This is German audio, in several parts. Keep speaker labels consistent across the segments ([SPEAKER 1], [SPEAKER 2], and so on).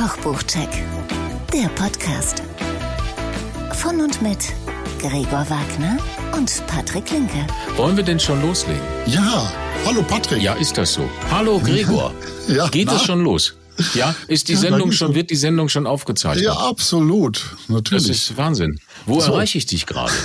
[SPEAKER 1] Kochbuchcheck, der Podcast. Von und mit Gregor Wagner und Patrick Linke.
[SPEAKER 2] Wollen wir denn schon loslegen?
[SPEAKER 3] Ja, hallo Patrick.
[SPEAKER 2] Ja, ist das so. Hallo Gregor.
[SPEAKER 3] Ja,
[SPEAKER 2] Geht es schon los? Ja, ist die Sendung schon, wird die Sendung schon aufgezeichnet?
[SPEAKER 3] Ja, absolut, natürlich.
[SPEAKER 2] Das ist Wahnsinn. Wo erreiche ich dich gerade?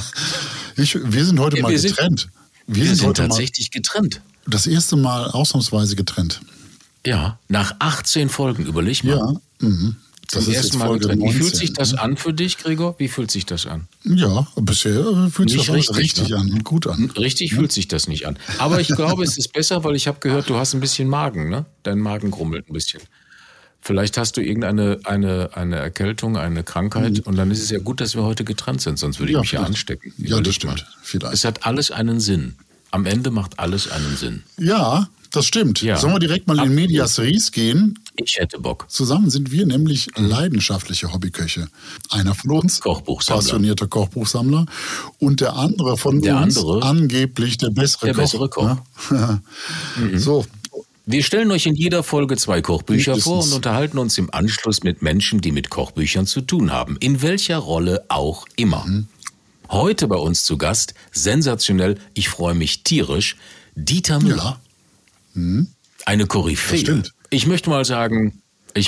[SPEAKER 3] Wir sind heute mal getrennt.
[SPEAKER 2] Wir sind tatsächlich getrennt.
[SPEAKER 3] Das erste Mal ausnahmsweise getrennt.
[SPEAKER 2] Ja, nach 18 Folgen, überleg mal.
[SPEAKER 3] Ja,
[SPEAKER 2] das ist erste Mal getrennt. 19, wie fühlt sich das an für dich, Gregor? Wie fühlt sich das an?
[SPEAKER 3] Ja, bisher fühlt sich das richtig an, gut an.
[SPEAKER 2] Richtig fühlt sich das nicht an. Aber ich glaube, es ist besser, weil ich habe gehört, du hast ein bisschen Magen, ne? Dein Magen grummelt ein bisschen. Vielleicht hast du irgendeine eine Erkältung, eine Krankheit und dann ist es ja gut, dass wir heute getrennt sind, sonst würde ich mich ja anstecken.
[SPEAKER 3] Ja, das stimmt. Vielleicht.
[SPEAKER 2] Es hat alles einen Sinn. Am Ende macht alles einen Sinn.
[SPEAKER 3] Ja, das stimmt.
[SPEAKER 2] Ja.
[SPEAKER 3] Sollen wir direkt mal in Medias Res gehen?
[SPEAKER 2] Ich hätte Bock.
[SPEAKER 3] Zusammen sind wir nämlich leidenschaftliche Hobbyköche. Einer von uns, passionierter Kochbuchsammler, und der andere von uns, angeblich der bessere Koch.
[SPEAKER 2] Ja?
[SPEAKER 3] So.
[SPEAKER 2] Wir stellen euch in jeder Folge 2 Kochbücher vor und unterhalten uns im Anschluss mit Menschen, die mit Kochbüchern zu tun haben. In welcher Rolle auch immer. Heute bei uns zu Gast, sensationell, ich freue mich tierisch, Dieter Müller.
[SPEAKER 3] Ja.
[SPEAKER 2] Eine Koryphäe. Ich möchte mal sagen,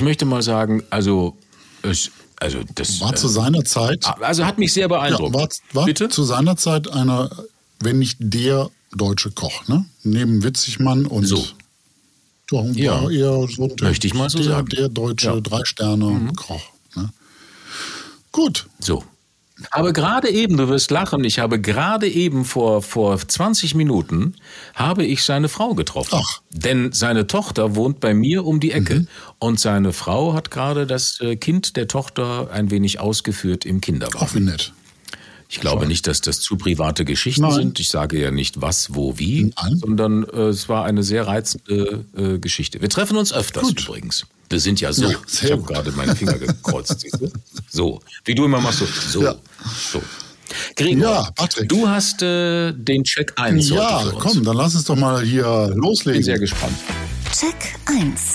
[SPEAKER 2] also das
[SPEAKER 3] war zu seiner Zeit.
[SPEAKER 2] Also hat mich sehr beeindruckt.
[SPEAKER 3] Ja, war
[SPEAKER 2] Bitte?
[SPEAKER 3] Zu seiner Zeit einer, wenn nicht der deutsche Koch, ne? Neben Witzigmann und
[SPEAKER 2] so.
[SPEAKER 3] War eher so
[SPEAKER 2] möchte ich mal so sagen.
[SPEAKER 3] Der deutsche 3-Sterne-Koch. Ne? Gut.
[SPEAKER 2] So. Aber gerade eben, du wirst lachen, ich habe gerade eben vor 20 Minuten habe ich seine Frau getroffen.
[SPEAKER 3] Ach.
[SPEAKER 2] Denn seine Tochter wohnt bei mir um die Ecke und seine Frau hat gerade das Kind der Tochter ein wenig ausgeführt im Kinderwagen.
[SPEAKER 3] Ach, wie nett.
[SPEAKER 2] Ich glaube nicht, dass das zu private Geschichten sind. Ich sage ja nicht was, wo, wie, sondern es war eine sehr reizende Geschichte. Wir treffen uns öfters übrigens. Wir sind ja so. Ich habe gerade meine Finger gekreuzt. So, wie du immer machst. So. Gregor,
[SPEAKER 3] Patrick.
[SPEAKER 2] Du hast den Check 1 heute für uns.
[SPEAKER 3] Ja, komm, dann lass uns doch mal hier loslegen.
[SPEAKER 2] Bin sehr gespannt.
[SPEAKER 1] Check 1.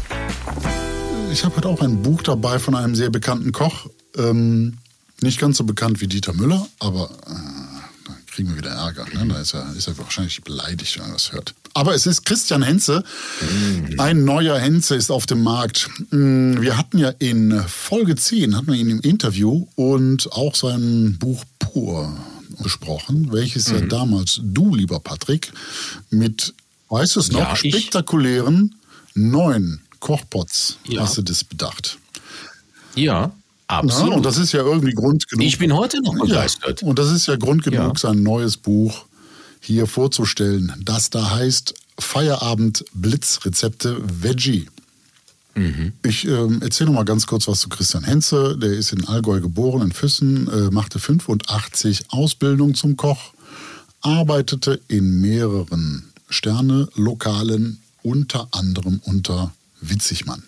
[SPEAKER 3] Ich habe heute auch ein Buch dabei von einem sehr bekannten Koch. Nicht ganz so bekannt wie Dieter Müller, aber da kriegen wir wieder Ärger. Ne? Da ist er wahrscheinlich beleidigt, wenn er das hört. Aber es ist Christian Henze. Ein neuer Henze ist auf dem Markt. Wir hatten ja in Folge 10 hatten wir ihn im Interview und auch sein Buch Pur besprochen, welches ja damals du, lieber Patrick, mit, weißt du es noch, spektakulären 9 Kochpots hast du das bedacht.
[SPEAKER 2] Ja. Absolut.
[SPEAKER 3] Ja, und das ist ja irgendwie Grund genug.
[SPEAKER 2] Ich bin heute noch begeistert.
[SPEAKER 3] Ja, und das ist ja Grund genug, sein neues Buch hier vorzustellen. Das da heißt Feierabend Blitzrezepte Veggie. Ich erzähle noch mal ganz kurz was zu Christian Henze. Der ist in Allgäu geboren, in Füssen, machte 85 Ausbildung zum Koch, arbeitete in mehreren Sterne-Lokalen, unter anderem unter Witzigmann.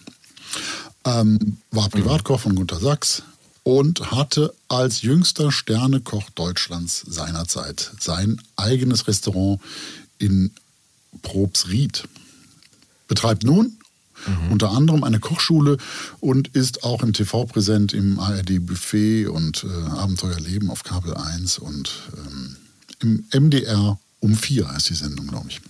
[SPEAKER 3] War Privatkoch von Gunter Sachs und hatte als jüngster Sternekoch Deutschlands seinerzeit sein eigenes Restaurant in Probsried. Betreibt nun unter anderem eine Kochschule und ist auch im TV präsent, im ARD-Buffet und Abenteuerleben auf Kabel 1 und im MDR um 4 heißt die Sendung, glaube ich.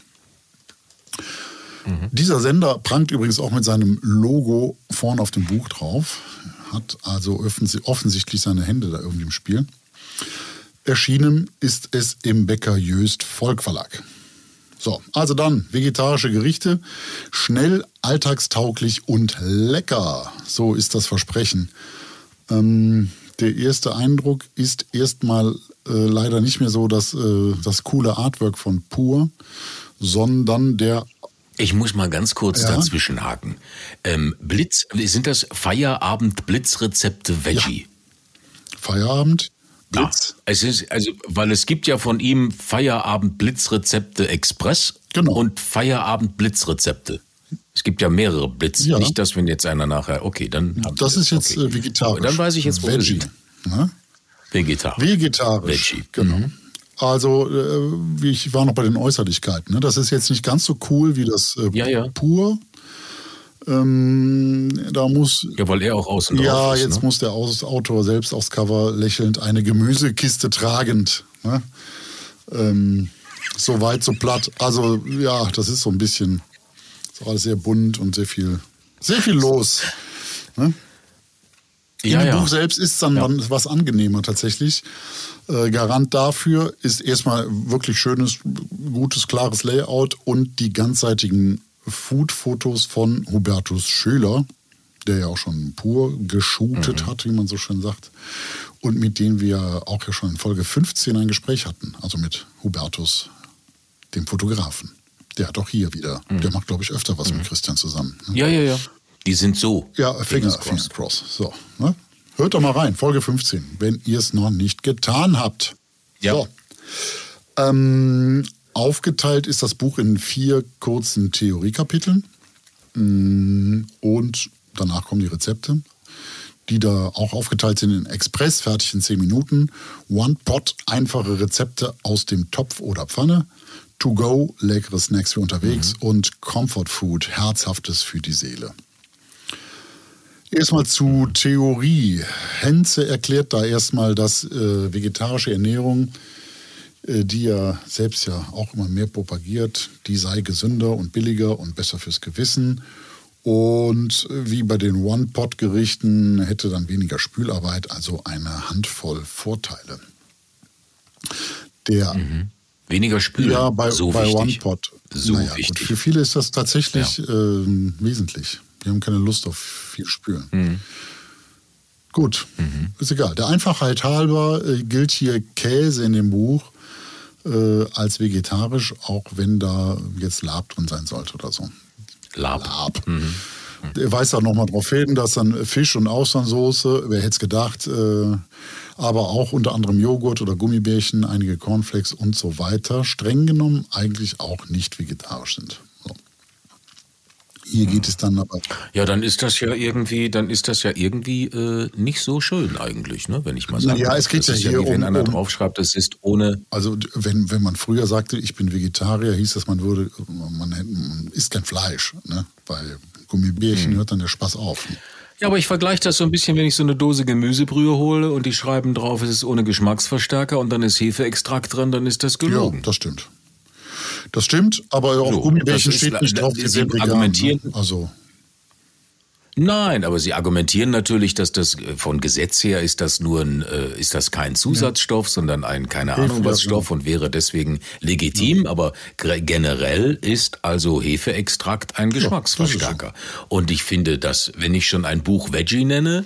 [SPEAKER 3] Dieser Sender prangt übrigens auch mit seinem Logo vorne auf dem Buch drauf, hat also offensichtlich seine Hände da irgendwie im Spiel. Erschienen ist es im Bäcker Jöst Volk Verlag. So, also dann vegetarische Gerichte, schnell, alltagstauglich und lecker. So ist das Versprechen. Der erste Eindruck ist erstmal leider nicht mehr so das coole Artwork von Pur, sondern der...
[SPEAKER 2] Ich muss mal ganz kurz dazwischenhaken. Sind das Feierabend-Blitzrezepte Veggie?
[SPEAKER 3] Ja. Feierabend, Blitz.
[SPEAKER 2] Weil es gibt ja von ihm Feierabend-Blitzrezepte Express und Feierabend-Blitzrezepte. Es gibt ja mehrere Blitz. Ja. Nicht, dass wenn jetzt einer nachher, dann...
[SPEAKER 3] Das ist jetzt vegetarisch.
[SPEAKER 2] Dann weiß ich jetzt, wo
[SPEAKER 3] Veggie.
[SPEAKER 2] Ne? Vegetarisch.
[SPEAKER 3] Veggie, genau. Also, ich war noch bei den Äußerlichkeiten. Ne? Das ist jetzt nicht ganz so cool wie das Pur. Da muss...
[SPEAKER 2] Ja, weil er auch außen drauf ist.
[SPEAKER 3] Ja, jetzt muss der Autor selbst aufs Cover lächelnd eine Gemüsekiste tragend. Ne? So weit, so platt. Also ja, das ist so ein bisschen... Ist alles sehr bunt und sehr viel los. Ne? In dem Buch selbst ist es dann was angenehmer tatsächlich. Garant dafür ist erstmal wirklich schönes, gutes, klares Layout und die ganzseitigen Food-Fotos von Hubertus Schöler, der ja auch schon pur geshootet hat, wie man so schön sagt. Und mit dem wir auch ja schon in Folge 15 ein Gespräch hatten. Also mit Hubertus, dem Fotografen. Der hat auch hier wieder, der macht, glaube ich, öfter was mit Christian zusammen. Ne?
[SPEAKER 2] Ja. Die sind so.
[SPEAKER 3] Ja, Fingers crossed. So, ne? Hört doch mal rein, Folge 15, wenn ihr es noch nicht getan habt.
[SPEAKER 2] Ja.
[SPEAKER 3] So. Aufgeteilt ist das Buch in 4 kurzen Theoriekapiteln. Und danach kommen die Rezepte, die da auch aufgeteilt sind in Express, fertig in 10 Minuten. One Pot, einfache Rezepte aus dem Topf oder Pfanne. To go, leckere Snacks für unterwegs. Und Comfort Food, Herzhaftes für die Seele. Erstmal zu Theorie. Henze erklärt da erstmal, dass vegetarische Ernährung, die er selbst ja auch immer mehr propagiert, die sei gesünder und billiger und besser fürs Gewissen. Und wie bei den One-Pot-Gerichten hätte dann weniger Spülarbeit, also eine Handvoll Vorteile.
[SPEAKER 2] Weniger Spülen,
[SPEAKER 3] ja, bei
[SPEAKER 2] wichtig.
[SPEAKER 3] One-Pot.
[SPEAKER 2] So wichtig.
[SPEAKER 3] Gut. Für viele ist das tatsächlich wesentlich. Die haben keine Lust auf viel Spülen. Gut, ist egal. Der Einfachheit halber gilt hier Käse in dem Buch als vegetarisch, auch wenn da jetzt Lab drin sein sollte oder so.
[SPEAKER 2] Lab.
[SPEAKER 3] Er weist auch nochmal darauf hin, dass dann Fisch und Austernsoße, wer hätte es gedacht, aber auch unter anderem Joghurt oder Gummibärchen, einige Cornflakes und so weiter, streng genommen eigentlich auch nicht vegetarisch sind. So. Hier geht es dann aber...
[SPEAKER 2] Ja, dann ist das ja irgendwie nicht so schön eigentlich, ne? Wenn ich mal sage.
[SPEAKER 3] Ja, es geht ja hier
[SPEAKER 2] wenn einer draufschreibt, es ist ohne...
[SPEAKER 3] Also wenn man früher sagte, ich bin Vegetarier, hieß das, man isst kein Fleisch, ne? Bei Gummibärchen hört dann der Spaß auf.
[SPEAKER 2] Ja, aber ich vergleiche das so ein bisschen, wenn ich so eine Dose Gemüsebrühe hole und die schreiben drauf, es ist ohne Geschmacksverstärker und dann ist Hefeextrakt drin, dann ist das gelogen.
[SPEAKER 3] Ja, das stimmt. Das stimmt, aber auf Gummibärchen steht nicht drauf,
[SPEAKER 2] Sie argumentieren.
[SPEAKER 3] Ne? Also.
[SPEAKER 2] Nein, aber Sie argumentieren natürlich, dass das von Gesetz her ist das kein Zusatzstoff, sondern ein keine Ahnung was Stoff und wäre deswegen legitim, aber generell ist also Hefeextrakt ein Geschmacksverstärker. So. Und ich finde, dass, wenn ich schon ein Buch Veggie nenne,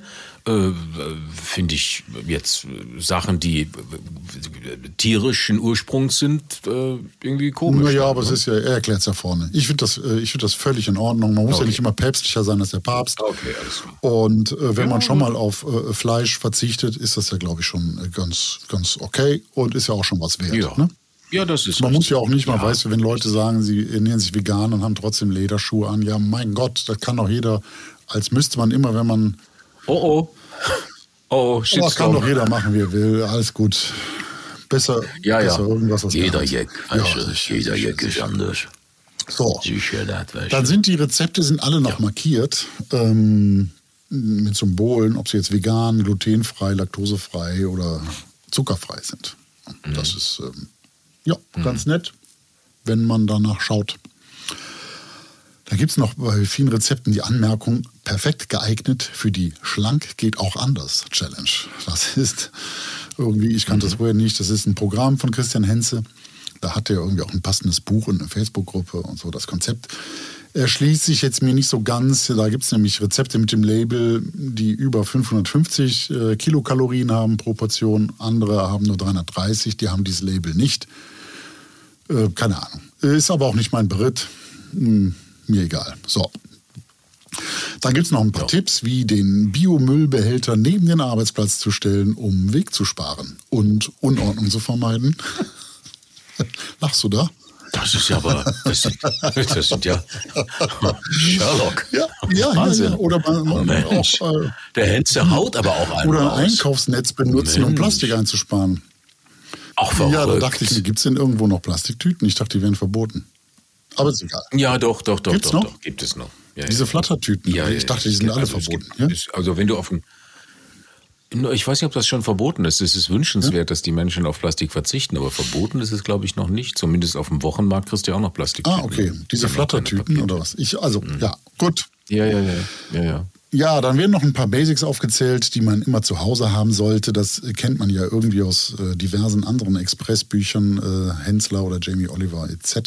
[SPEAKER 2] finde ich jetzt Sachen, die tierischen Ursprungs sind, irgendwie komisch.
[SPEAKER 3] Naja, aber es ist ja, er erklärt es ja vorne. Ich finde das völlig in Ordnung. Man muss ja nicht immer päpstlicher sein als der Papst.
[SPEAKER 2] Okay, alles klar.
[SPEAKER 3] Und wenn man schon mal auf Fleisch verzichtet, ist das ja, glaube ich, schon ganz, ganz okay und ist ja auch schon was wert.
[SPEAKER 2] Ja.
[SPEAKER 3] Ne?
[SPEAKER 2] Ja, das ist.
[SPEAKER 3] Man muss ja auch nicht mal, weißt du, wenn Leute sagen, sie ernähren sich vegan und haben trotzdem Lederschuhe an. Ja, mein Gott, das kann doch jeder, als müsste man immer, wenn man...
[SPEAKER 2] Oh, Shitstorm.
[SPEAKER 3] Das kann doch jeder machen, wie er will. Alles gut. Besser irgendwas, was
[SPEAKER 2] jeder Jack ist anders.
[SPEAKER 3] So, dann sind die Rezepte alle noch markiert mit Symbolen, ob sie jetzt vegan, glutenfrei, laktosefrei oder zuckerfrei sind. Das ist ganz nett, wenn man danach schaut. Da gibt es noch bei vielen Rezepten die Anmerkung, perfekt geeignet für die Schlank geht auch anders Challenge. Das ist irgendwie, ich kannte das vorher nicht, das ist ein Programm von Christian Henze. Da hat er irgendwie auch ein passendes Buch und eine Facebook-Gruppe und so. Das Konzept erschließt sich jetzt mir nicht so ganz. Da gibt es nämlich Rezepte mit dem Label, die über 550 Kilokalorien haben pro Portion. Andere haben nur 330, die haben dieses Label nicht. Keine Ahnung. Ist aber auch nicht mein Beritt. Mir egal. So. Dann gibt es noch ein paar Tipps, wie den Biomüllbehälter neben den Arbeitsplatz zu stellen, um Weg zu sparen und Unordnung zu vermeiden. Lachst du da?
[SPEAKER 2] Das ist ja aber, das sind ja Sherlock.
[SPEAKER 3] Ja. Oder
[SPEAKER 2] Mensch, auch, der Henze haut aber auch einen
[SPEAKER 3] oder ein Einkaufsnetz benutzen, um Plastik einzusparen.
[SPEAKER 2] Auch verrückt.
[SPEAKER 3] Ja, da dachte ich, gibt es denn irgendwo noch Plastiktüten? Ich dachte, die wären verboten. Aber ist egal.
[SPEAKER 2] Ja, doch.
[SPEAKER 3] Gibt's noch?
[SPEAKER 2] Gibt es noch.
[SPEAKER 3] Diese Flattertüten, ich dachte, die sind alle verboten. Ja?
[SPEAKER 2] Also wenn du ich weiß nicht, ob das schon verboten ist. Es ist wünschenswert, dass die Menschen auf Plastik verzichten, aber verboten ist es, glaube ich, noch nicht. Zumindest auf dem Wochenmarkt kriegst du ja auch noch Plastik.
[SPEAKER 3] Okay. Diese Flattertüten oder was? Ja, gut.
[SPEAKER 2] Ja.
[SPEAKER 3] Ja, dann werden noch ein paar Basics aufgezählt, die man immer zu Hause haben sollte. Das kennt man ja irgendwie aus diversen anderen Expressbüchern, Hensler oder Jamie Oliver etc.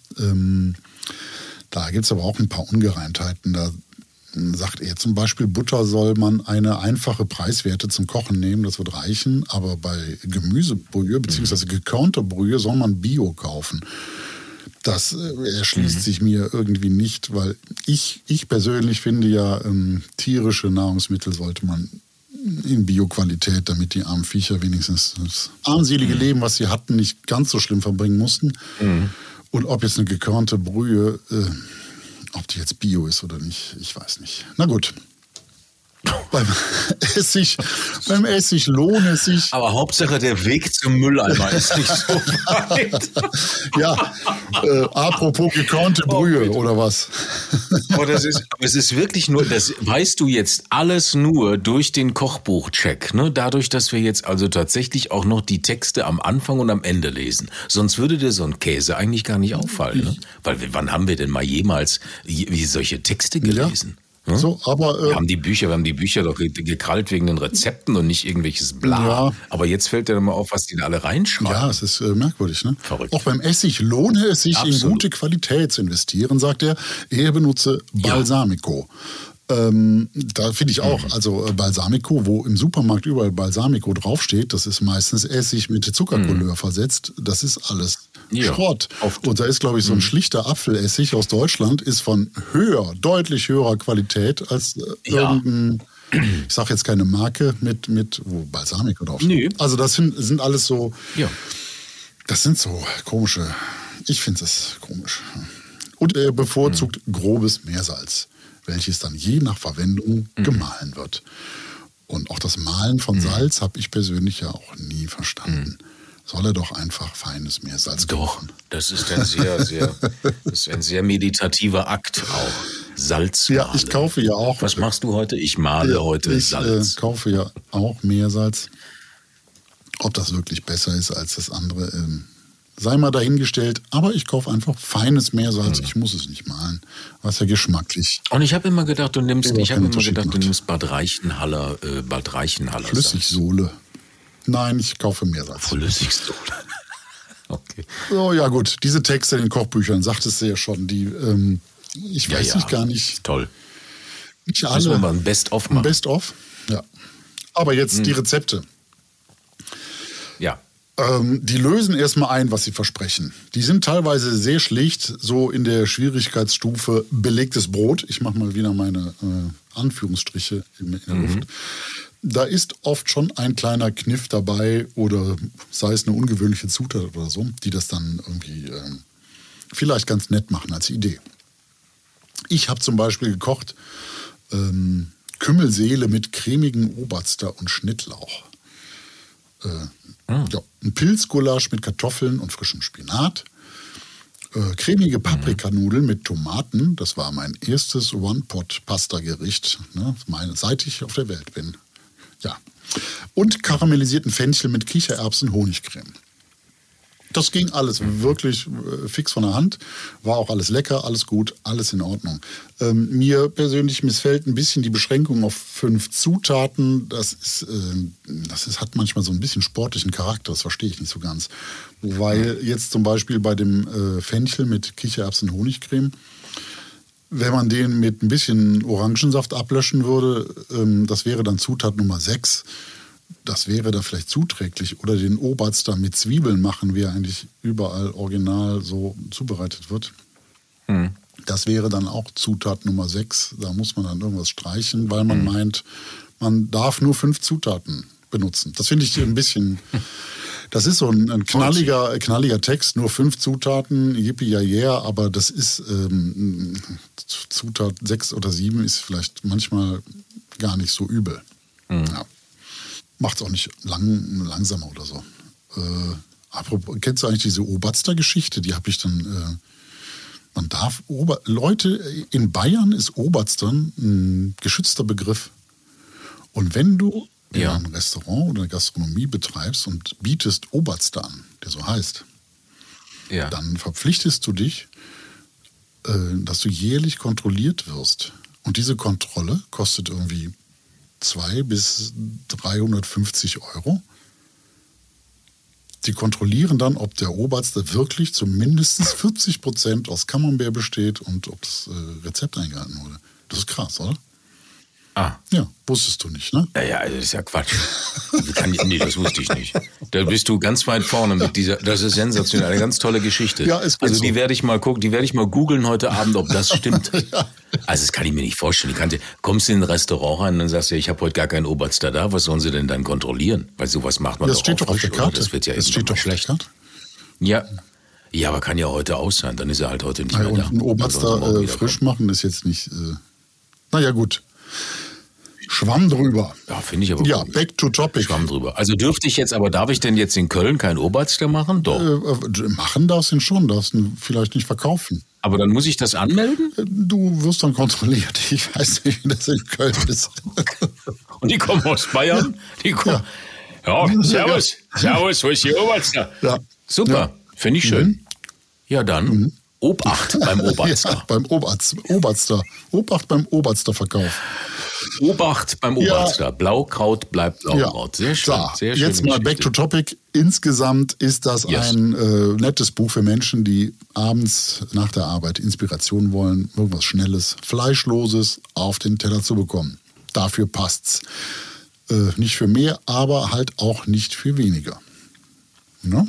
[SPEAKER 3] Da gibt es aber auch ein paar Ungereimtheiten. Da sagt er zum Beispiel, Butter soll man eine einfache Preiswerte zum Kochen nehmen, das wird reichen. Aber bei Gemüsebrühe bzw. gekörnter Brühe soll man Bio kaufen. Das erschließt sich mir irgendwie nicht, weil ich persönlich finde ja, tierische Nahrungsmittel sollte man in Bio-Qualität, damit die armen Viecher wenigstens das armselige Leben, was sie hatten, nicht ganz so schlimm verbringen mussten. Und ob jetzt eine gekörnte Brühe, ob die jetzt Bio ist oder nicht, ich weiß nicht. Na gut. Beim Essig lohnt es sich.
[SPEAKER 2] Aber Hauptsache der Weg zum Mülleimer ist nicht so weit.
[SPEAKER 3] Ja, apropos gekörnte Brühe oder was?
[SPEAKER 2] Aber es ist wirklich nur, das weißt du jetzt alles nur durch den Kochbuchcheck. Ne? Dadurch, dass wir jetzt also tatsächlich auch noch die Texte am Anfang und am Ende lesen. Sonst würde dir so ein Käse eigentlich gar nicht auffallen. Ne? Weil wann haben wir denn mal jemals solche Texte gelesen?
[SPEAKER 3] Ja. So, aber,
[SPEAKER 2] wir haben die Bücher doch gekrallt wegen den Rezepten und nicht irgendwelches Bla. Ja. Aber jetzt fällt dir mal auf, was die da alle reinschreiben.
[SPEAKER 3] Ja, es ist merkwürdig. Ne?
[SPEAKER 2] Verrückt.
[SPEAKER 3] Auch beim Essig lohne es sich, in gute Qualität zu investieren, sagt er. Er benutze Balsamico. Da finde ich auch, also Balsamico, wo im Supermarkt überall Balsamico draufsteht, das ist meistens Essig mit Zuckercouleur versetzt. Das ist alles Schrott. Oft. Und da ist, glaube ich, so ein schlichter Apfelessig aus Deutschland, ist von deutlich höherer Qualität als irgendein, ich sage jetzt keine Marke, wo Balsamico draufsteht. Nee. Also das sind alles so, das sind so komische, ich finde das komisch. Und er bevorzugt grobes Meersalz, welches dann je nach Verwendung gemahlen wird. Und auch das Mahlen von Salz habe ich persönlich ja auch nie verstanden. Soll er doch einfach feines Meersalz kochen.
[SPEAKER 2] Doch, das ist ein sehr meditativer Akt auch. Salz mahlen.
[SPEAKER 3] Ja, ich kaufe ja auch.
[SPEAKER 2] Was machst du heute? Ich male heute Salz.
[SPEAKER 3] Ich kaufe ja auch Meersalz. Ob das wirklich besser ist als das andere, sei mal dahingestellt, aber ich kaufe einfach feines Meersalz. Ich muss es nicht mahlen. Was ja geschmacklich.
[SPEAKER 2] Und ich habe immer gedacht, du nimmst Bad Reichenhaller
[SPEAKER 3] Flüssigsohle. Nein, ich kaufe Meersalz.
[SPEAKER 2] Flüssigsohle. Okay.
[SPEAKER 3] So, ja gut, diese Texte in den Kochbüchern, sagtest du ja schon, die, ich weiß nicht gar nicht.
[SPEAKER 2] Toll.
[SPEAKER 3] Nicht alle.
[SPEAKER 2] Müssen wir mal ein Best-of machen.
[SPEAKER 3] Ein Best-of? Ja. Aber jetzt die Rezepte.
[SPEAKER 2] Ja.
[SPEAKER 3] Die lösen erstmal ein, was sie versprechen. Die sind teilweise sehr schlicht, so in der Schwierigkeitsstufe belegtes Brot. Ich mache mal wieder meine Anführungsstriche in der Luft. Da ist oft schon ein kleiner Kniff dabei oder sei es eine ungewöhnliche Zutat oder so, die das dann irgendwie vielleicht ganz nett machen als Idee. Ich habe zum Beispiel gekocht Kümmelseele mit cremigem Oberster und Schnittlauch. Ein Pilzgulasch mit Kartoffeln und frischem Spinat. Cremige Paprikanudeln mit Tomaten. Das war mein erstes One-Pot-Pasta-Gericht, ne, seit ich auf der Welt bin. Ja. Und karamellisierten Fenchel mit Kichererbsen, Honigcreme. Das ging alles wirklich fix von der Hand. War auch alles lecker, alles gut, alles in Ordnung. Mir persönlich missfällt ein bisschen die Beschränkung auf 5 Zutaten. Das hat manchmal so ein bisschen sportlichen Charakter, das verstehe ich nicht so ganz. Weil jetzt zum Beispiel bei dem Fenchel mit Kichererbsen, Honigcreme, wenn man den mit ein bisschen Orangensaft ablöschen würde, das wäre dann Zutat Nummer 6. Das wäre da vielleicht zuträglich. Oder den Oberster mit Zwiebeln machen, wie er eigentlich überall original so zubereitet wird. Das wäre dann auch Zutat Nummer 6. Da muss man dann irgendwas streichen, weil man meint, man darf nur 5 Zutaten benutzen. Das finde ich ein bisschen... Das ist so ein knalliger Text, nur 5 Zutaten, yippie ja yeah, aber das ist Zutat 6 oder 7 ist vielleicht manchmal gar nicht so übel. Ja. Macht es auch nicht langsamer oder so. Apropos, kennst du eigentlich diese Oberster-Geschichte? Die habe ich dann Man darf Leute, in Bayern ist Oberstern ein geschützter Begriff. Und wenn du ein Restaurant oder eine Gastronomie betreibst und bietest Oberster an, der so heißt, dann verpflichtest du dich, dass du jährlich kontrolliert wirst. Und diese Kontrolle kostet irgendwie 200 bis 350 €. Die kontrollieren dann, ob der Oberster wirklich zu mindestens 40% aus Camembert besteht und ob das Rezept eingehalten wurde. Das ist krass, oder? Ja, wusstest du nicht, ne?
[SPEAKER 2] Ja, das ist ja Quatsch. Nee, das wusste ich nicht. Da bist du ganz weit vorne mit dieser, das ist sensationell, eine ganz tolle Geschichte.
[SPEAKER 3] Ja, ist gut.
[SPEAKER 2] Also
[SPEAKER 3] so.
[SPEAKER 2] die werde ich mal gucken, die werde ich mal googeln heute Abend, ob das stimmt.
[SPEAKER 3] Ja.
[SPEAKER 2] Also das kann ich mir nicht vorstellen. Kommst du in ein Restaurant rein und dann sagst du, ich habe heute gar keinen Oberster da, was sollen sie denn dann kontrollieren? Weil sowas macht man
[SPEAKER 3] Das
[SPEAKER 2] doch
[SPEAKER 3] steht
[SPEAKER 2] auch
[SPEAKER 3] doch auf der
[SPEAKER 2] frisch,
[SPEAKER 3] Karte.
[SPEAKER 2] oder? Das wird ja
[SPEAKER 3] das steht doch
[SPEAKER 2] schlecht.
[SPEAKER 3] Auf der Karte.
[SPEAKER 2] Ja, aber kann ja heute aus sein, dann ist er halt heute nicht mehr
[SPEAKER 3] Und
[SPEAKER 2] da.
[SPEAKER 3] ein Oberster frisch machen ist jetzt nicht, naja gut. Schwamm drüber.
[SPEAKER 2] Ja, finde ich aber
[SPEAKER 3] Ja,
[SPEAKER 2] gut.
[SPEAKER 3] back to topic.
[SPEAKER 2] Schwamm drüber. Also darf ich denn jetzt in Köln keinen Oberster machen? Doch.
[SPEAKER 3] Machen darfst du ihn schon, darfst ihn vielleicht nicht verkaufen.
[SPEAKER 2] Aber dann muss ich das anmelden?
[SPEAKER 3] Du wirst dann kontrolliert. Ich weiß nicht, wie das in Köln ist.
[SPEAKER 2] Und die kommen aus Bayern? Die kommen. Ja, servus. Servus, wo ist die Oberster?
[SPEAKER 3] Ja.
[SPEAKER 2] Super, finde ich schön. Ja, dann Obacht beim Oberster.
[SPEAKER 3] Ja, beim Oberster. Obacht beim Obersterverkauf.
[SPEAKER 2] Obacht beim Oberster. Blaukraut bleibt Blaukraut. Sehr schön.
[SPEAKER 3] So,
[SPEAKER 2] sehr schön.
[SPEAKER 3] jetzt mal back to topic. Insgesamt ist das ein nettes Buch für Menschen, die abends nach der Arbeit Inspiration wollen, irgendwas Schnelles, Fleischloses auf den Teller zu bekommen. Dafür passt's. Nicht für mehr, aber halt auch nicht für weniger. Ne?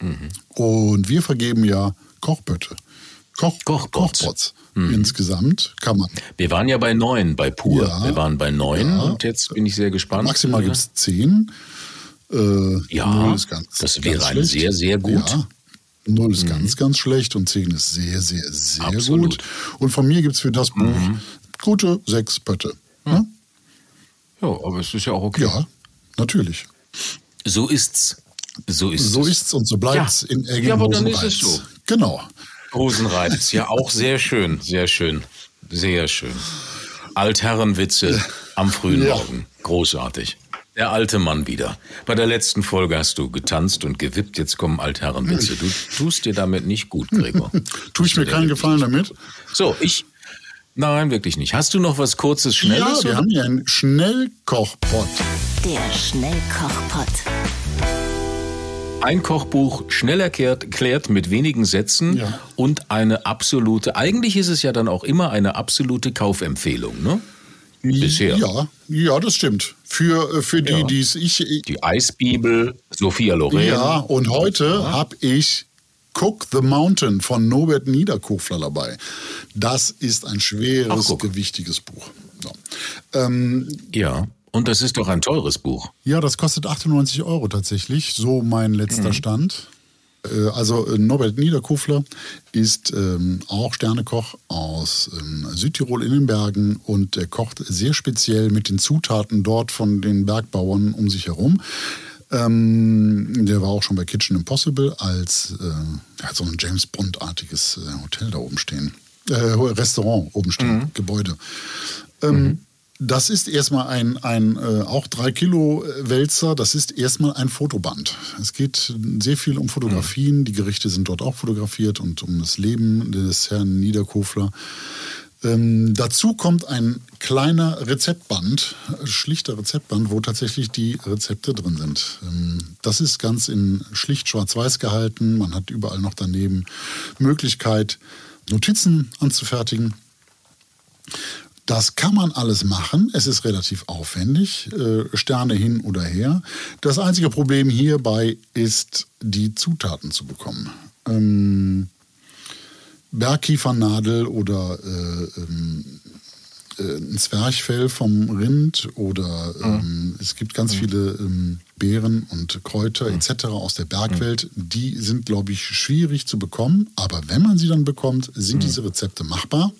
[SPEAKER 3] Und wir vergeben ja Kochbötte. Kochpots. Insgesamt kann man.
[SPEAKER 2] Wir waren ja bei 9 bei Pur.
[SPEAKER 3] Ja.
[SPEAKER 2] Wir waren bei 9 und jetzt bin ich sehr gespannt.
[SPEAKER 3] Maximal gibt es 10. 0 ist
[SPEAKER 2] das wäre
[SPEAKER 3] ganz
[SPEAKER 2] ein
[SPEAKER 3] schlecht.
[SPEAKER 2] sehr, sehr gut.
[SPEAKER 3] Ja. 0 ist ganz, ganz schlecht und 10 ist sehr, sehr, sehr
[SPEAKER 2] Absolut.
[SPEAKER 3] gut. Und von mir gibt es für das Buch gute 6 Pötte. Ja?
[SPEAKER 2] Ja, aber es ist ja auch okay.
[SPEAKER 3] Ja, natürlich.
[SPEAKER 2] So ist's.
[SPEAKER 3] So ist's und so bleibt's in engen
[SPEAKER 2] Ja, aber dann
[SPEAKER 3] Hosenreiz.
[SPEAKER 2] ist es so.
[SPEAKER 3] Genau.
[SPEAKER 2] Hosenreiz, ja auch sehr schön, sehr schön, sehr schön. Altherrenwitze am frühen Morgen, großartig. Der alte Mann wieder. Bei der letzten Folge hast du getanzt und gewippt, jetzt kommen Altherrenwitze. Du tust dir damit nicht gut, Gregor.
[SPEAKER 3] Tue ich mir keinen Gefallen damit?
[SPEAKER 2] So, nein, wirklich nicht. Hast du noch was Kurzes, Schnelles?
[SPEAKER 3] Ja, wir haben hier einen Schnellkochpott.
[SPEAKER 1] Der Schnellkochpott.
[SPEAKER 2] Ein Kochbuch schnell erklärt mit wenigen Sätzen und eine absolute, eigentlich ist es ja dann auch immer eine absolute Kaufempfehlung, ne? Bisher.
[SPEAKER 3] Ja, das stimmt. Für die es
[SPEAKER 2] Die Eisbibel, Sophia Loren.
[SPEAKER 3] Ja, und heute habe ich Cook the Mountain von Norbert Niederkofler dabei. Das ist ein schweres, gewichtiges Buch. So.
[SPEAKER 2] Ja. Und das ist doch ein teures Buch.
[SPEAKER 3] Ja, das kostet 98 € tatsächlich, so mein letzter Stand. Also Norbert Niederkofler ist auch Sternekoch aus Südtirol in den Bergen und er kocht sehr speziell mit den Zutaten dort von den Bergbauern um sich herum. Der war auch schon bei Kitchen Impossible als hat so ein James Bond-artiges Hotel da oben stehen. Restaurant oben stehen, Gebäude. Das ist erstmal ein auch 3 Kilo Wälzer, das ist erstmal ein Fotoband. Es geht sehr viel um Fotografien, die Gerichte sind dort auch fotografiert und um das Leben des Herrn Niederkofler. Dazu kommt ein kleiner Rezeptband, schlichter Rezeptband, wo tatsächlich die Rezepte drin sind. Das ist ganz in schlicht schwarz-weiß gehalten, man hat überall noch daneben Möglichkeit, Notizen anzufertigen. Das kann man alles machen. Es ist relativ aufwendig. Sterne hin oder her. Das einzige Problem hierbei ist, die Zutaten zu bekommen. Bergkiefernadel oder ein Zwerchfell vom Rind oder es gibt ganz viele Beeren und Kräuter etc. aus der Bergwelt. Die sind, glaube ich, schwierig zu bekommen. Aber wenn man sie dann bekommt, sind diese Rezepte machbar.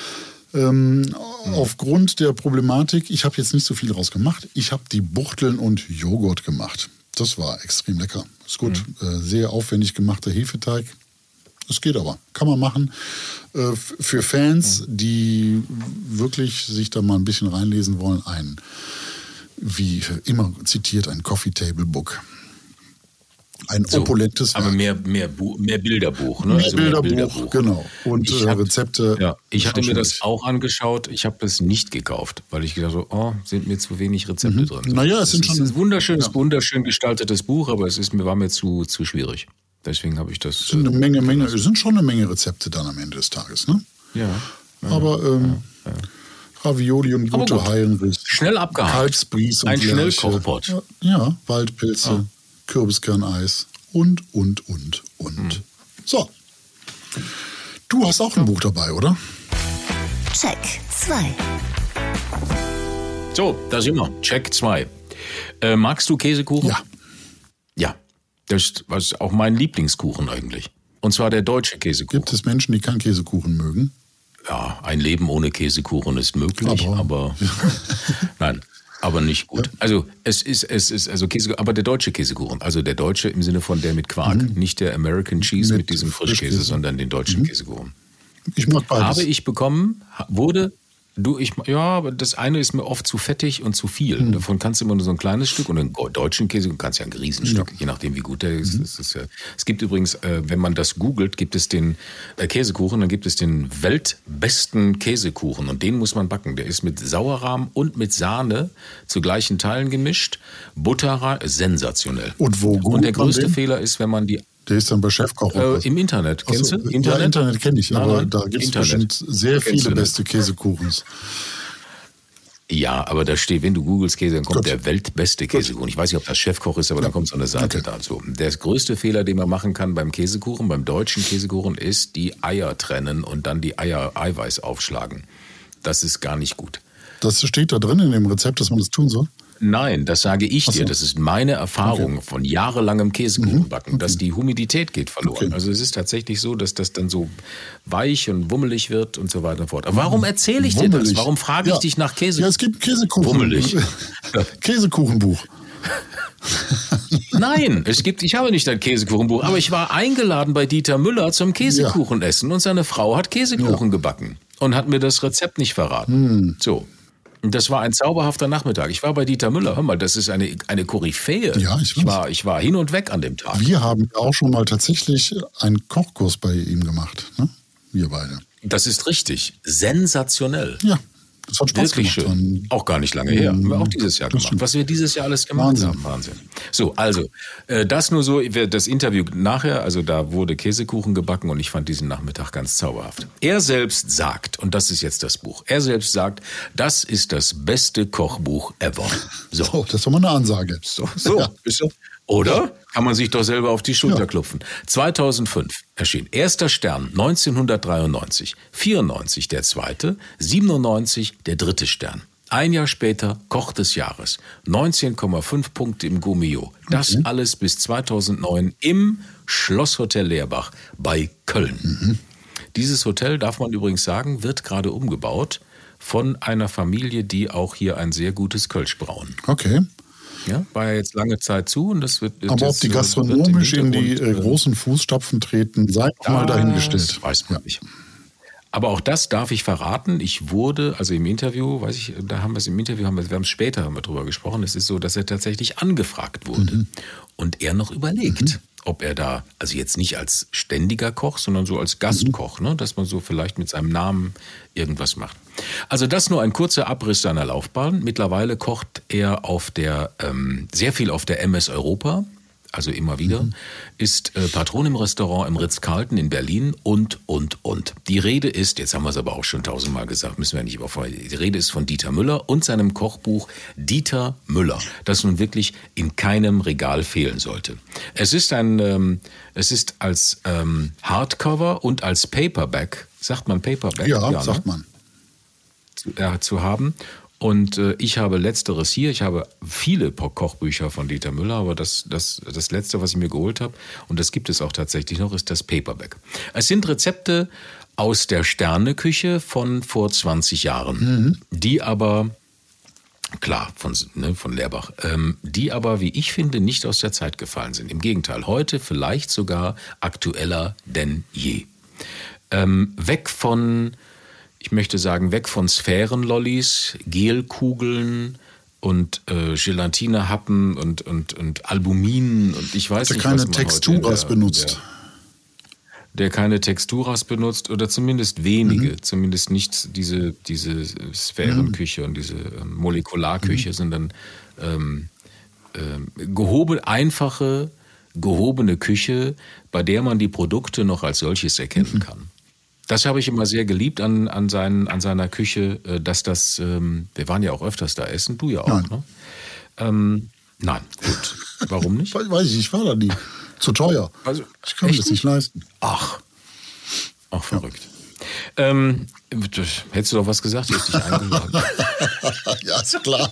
[SPEAKER 3] Aufgrund der Problematik, ich habe jetzt nicht so viel draus gemacht, ich habe die Buchteln und Joghurt gemacht. Das war extrem lecker. Ist gut. Sehr aufwendig gemachter Hefeteig. Es geht aber. Kann man machen. Für Fans, die wirklich sich da mal ein bisschen reinlesen wollen, wie immer zitiert, ein Coffee Table Book. Ein opulentes Werk.
[SPEAKER 2] Aber mehr Bilderbuch. Ne?
[SPEAKER 3] Mehr Bilderbuch, genau. Und Rezepte.
[SPEAKER 2] Ja, ich hatte mir das auch angeschaut. Ich habe es nicht gekauft, weil ich gedacht habe, sind mir zu wenig Rezepte drin.
[SPEAKER 3] Naja, es ist
[SPEAKER 2] ein wunderschön gestaltetes Buch, aber war mir zu schwierig. Deswegen habe ich das.
[SPEAKER 3] Es sind schon eine Menge Rezepte dann am Ende des Tages, ne?
[SPEAKER 2] Ja.
[SPEAKER 3] Aber Ravioli und gute Heinrich.
[SPEAKER 2] Schnell abgehakt.
[SPEAKER 3] Kalbsbries und
[SPEAKER 2] ein Schnellkochpot.
[SPEAKER 3] Ja, Waldpilze, Kürbiskern-Eis und. So. Du hast auch ein Buch dabei, oder?
[SPEAKER 1] Check 2.
[SPEAKER 2] So, da sind wir. Check 2. Magst du Käsekuchen?
[SPEAKER 3] Ja.
[SPEAKER 2] Ja. Das ist auch mein Lieblingskuchen eigentlich. Und zwar der deutsche Käsekuchen.
[SPEAKER 3] Gibt es Menschen, die keinen Käsekuchen mögen?
[SPEAKER 2] Ja, ein Leben ohne Käsekuchen ist möglich, aber nein, aber nicht gut. Also es ist Käsekuchen, aber der deutsche Käsekuchen, also der deutsche im Sinne von der mit Quark, nicht der American Cheese mit diesem Frischkäse, sondern den deutschen Käsekuchen.
[SPEAKER 3] Ich mag beides.
[SPEAKER 2] Habe ich bekommen, aber das eine ist mir oft zu fettig und zu viel. Davon kannst du immer nur so ein kleines Stück und einen deutschen Käse kannst ja ein Riesenstück, je nachdem wie gut der ist. Es gibt übrigens, wenn man das googelt, gibt es den Käsekuchen, dann gibt es den weltbesten Käsekuchen und den muss man backen. Der ist mit Sauerrahm und mit Sahne zu gleichen Teilen gemischt. Butter, sensationell.
[SPEAKER 3] Und wo googelt
[SPEAKER 2] Und der größte
[SPEAKER 3] man den?
[SPEAKER 2] Fehler ist, wenn man die
[SPEAKER 3] Der ist dann bei Chefkoch.
[SPEAKER 2] im Internet. Kennst du? Internet?
[SPEAKER 3] Ja, Internet kenne ich, aber
[SPEAKER 2] Nein.
[SPEAKER 3] da gibt es
[SPEAKER 2] Internet.
[SPEAKER 3] bestimmt sehr viele beste Käsekuchens.
[SPEAKER 2] Ja, aber da steht, wenn du googelst Käse, dann kommt der weltbeste Käsekuchen. Ich weiß nicht, ob das Chefkoch ist, aber dann kommt so eine Seite dazu. Der größte Fehler, den man machen kann beim Käsekuchen, beim deutschen Käsekuchen, ist die Eier trennen und dann die Eier-Eiweiß aufschlagen. Das ist gar nicht gut.
[SPEAKER 3] Das steht da drin in dem Rezept, dass man das tun soll?
[SPEAKER 2] Nein, das sage ich dir. Das ist meine Erfahrung von jahrelangem Käsekuchenbacken, dass die Humidität geht verloren. Also es ist tatsächlich so, dass das dann so weich und wummelig wird und so weiter und fort. Aber warum erzähle ich dir das? Warum frage ich dich nach Käsekuchen?
[SPEAKER 3] Ja, es gibt Käsekuchen.
[SPEAKER 2] Wummelig.
[SPEAKER 3] Käsekuchenbuch.
[SPEAKER 2] Nein, ich habe nicht ein Käsekuchenbuch, aber ich war eingeladen bei Dieter Müller zum Käsekuchenessen und seine Frau hat Käsekuchen gebacken und hat mir das Rezept nicht verraten. So. Das war ein zauberhafter Nachmittag. Ich war bei Dieter Müller. Hör mal, das ist eine Koryphäe.
[SPEAKER 3] Ja, ich weiß.
[SPEAKER 2] Ich war hin und weg an dem Tag.
[SPEAKER 3] Wir haben auch schon mal tatsächlich einen Kochkurs bei ihm gemacht. Ne? Wir beide.
[SPEAKER 2] Das ist richtig. Sensationell.
[SPEAKER 3] Ja, das hat Spaß
[SPEAKER 2] Wirklich
[SPEAKER 3] gemacht.
[SPEAKER 2] schön. Auch gar nicht lange her. Haben wir auch dieses Jahr gemacht.
[SPEAKER 3] stimmt.
[SPEAKER 2] Was wir dieses Jahr alles gemacht haben. Wahnsinn. So, also, das nur so, das Interview nachher, also da wurde Käsekuchen gebacken und ich fand diesen Nachmittag ganz zauberhaft. Er selbst sagt, und das ist jetzt das Buch, das ist das beste Kochbuch ever. So.
[SPEAKER 3] Oh, das ist doch mal eine Ansage.
[SPEAKER 2] So.
[SPEAKER 3] Ja.
[SPEAKER 2] Ist so. Oder? Kann man sich doch selber auf die Schulter klopfen. 2005 erschien Erster Stern, 1993, 94 der zweite, 97 der dritte Stern. Ein Jahr später Koch des Jahres, 19,5 Punkte im Gummio. Das alles bis 2009 im Schlosshotel Leerbach bei Köln. Dieses Hotel, darf man übrigens sagen, wird gerade umgebaut von einer Familie, die auch hier ein sehr gutes Kölsch brauen.
[SPEAKER 3] Okay.
[SPEAKER 2] Ja, war ja jetzt lange Zeit zu und das wird.
[SPEAKER 3] Aber ob die gastronomisch in die großen Fußstapfen treten, sei mal dahingestellt.
[SPEAKER 2] Das weiß man nicht. Aber auch das darf ich verraten. Ich wurde, also im Interview, wir haben es später drüber gesprochen. Es ist so, dass er tatsächlich angefragt wurde und er noch überlegt, ob er da, also jetzt nicht als ständiger Koch, sondern so als Gastkoch, ne, dass man so vielleicht mit seinem Namen irgendwas macht. Also das nur ein kurzer Abriss seiner Laufbahn. Mittlerweile kocht er sehr viel auf der MS Europa, also immer wieder, ist Patron im Restaurant im Ritz-Carlton in Berlin und. Die Rede ist, jetzt haben wir es aber auch schon 1000-mal gesagt, müssen wir nicht überfallen, die Rede ist von Dieter Müller und seinem Kochbuch Dieter Müller, das nun wirklich in keinem Regal fehlen sollte. Es ist als Hardcover und als Paperback, sagt man Paperback?
[SPEAKER 3] Ja, sagt man.
[SPEAKER 2] Zu haben. Und ich habe letzteres hier. Ich habe viele Kochbücher von Dieter Müller, aber das letzte, was ich mir geholt habe, und das gibt es auch tatsächlich noch, ist das Paperback. Es sind Rezepte aus der Sterneküche von vor 20 Jahren, die aber Klar, von Leerbach. Die aber, wie ich finde, nicht aus der Zeit gefallen sind. Im Gegenteil, heute vielleicht sogar aktueller denn je. Weg von Sphärenlollis, Gelkugeln und Gelatinehappen und Albuminen und ich weiß nicht,
[SPEAKER 3] was man Texturas benutzt.
[SPEAKER 2] Der keine Texturas benutzt oder zumindest wenige, zumindest nicht diese Sphärenküche und diese Molekularküche, sondern einfache, gehobene Küche, bei der man die Produkte noch als solches erkennen kann. Das habe ich immer sehr geliebt an seiner Küche, dass das, wir waren ja auch öfters da essen, du ja auch,
[SPEAKER 3] Nein.
[SPEAKER 2] Ne? Nein, gut. Warum nicht?
[SPEAKER 3] Weiß ich war da nie. Zu teuer.
[SPEAKER 2] Also,
[SPEAKER 3] ich kann mir das nicht leisten.
[SPEAKER 2] Ach, verrückt. Hättest du doch was gesagt, ich hätte dich eingeladen.
[SPEAKER 3] Ja, ist klar.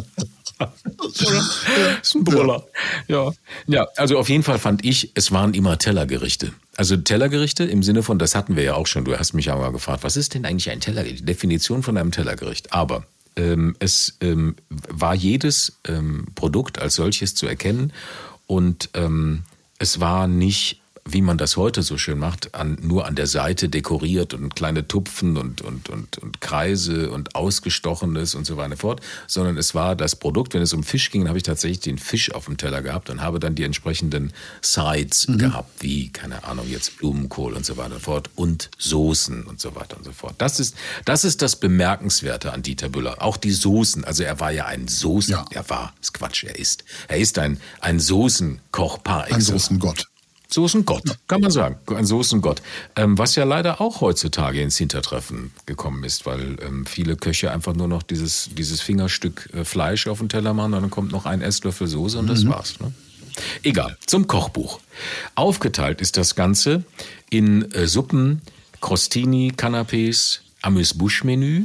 [SPEAKER 2] Das ist ein Brüller. Ja, also auf jeden Fall fand ich, es waren immer Tellergerichte. Also Tellergerichte im Sinne von, das hatten wir ja auch schon, du hast mich ja mal gefragt, was ist denn eigentlich ein Tellergericht? Die Definition von einem Tellergericht. Aber es war jedes Produkt als solches zu erkennen und es war nicht, wie man das heute so schön macht, nur an der Seite dekoriert und kleine Tupfen und Kreise und Ausgestochenes und so weiter fort, sondern es war das Produkt, wenn es um Fisch ging, habe ich tatsächlich den Fisch auf dem Teller gehabt und habe dann die entsprechenden Sides gehabt, wie, keine Ahnung, jetzt Blumenkohl und so weiter und fort und Soßen und so weiter und so fort. Das ist das Bemerkenswerte an Dieter Büller. Auch die Soßen, also er war ja ein Soßen, ist Quatsch, er ist ein Soßenkoch par excellence.
[SPEAKER 3] Ein Soßengott.
[SPEAKER 2] Soßengott, kann man sagen. Ein Soßengott. Was ja leider auch heutzutage ins Hintertreffen gekommen ist, weil viele Köche einfach nur noch dieses Fingerstück Fleisch auf den Teller machen und dann kommt noch ein Esslöffel Soße und das war's. Ne? Egal, zum Kochbuch. Aufgeteilt ist das Ganze in Suppen, Crostini, Canapés, Amuse-Bouche-Menü,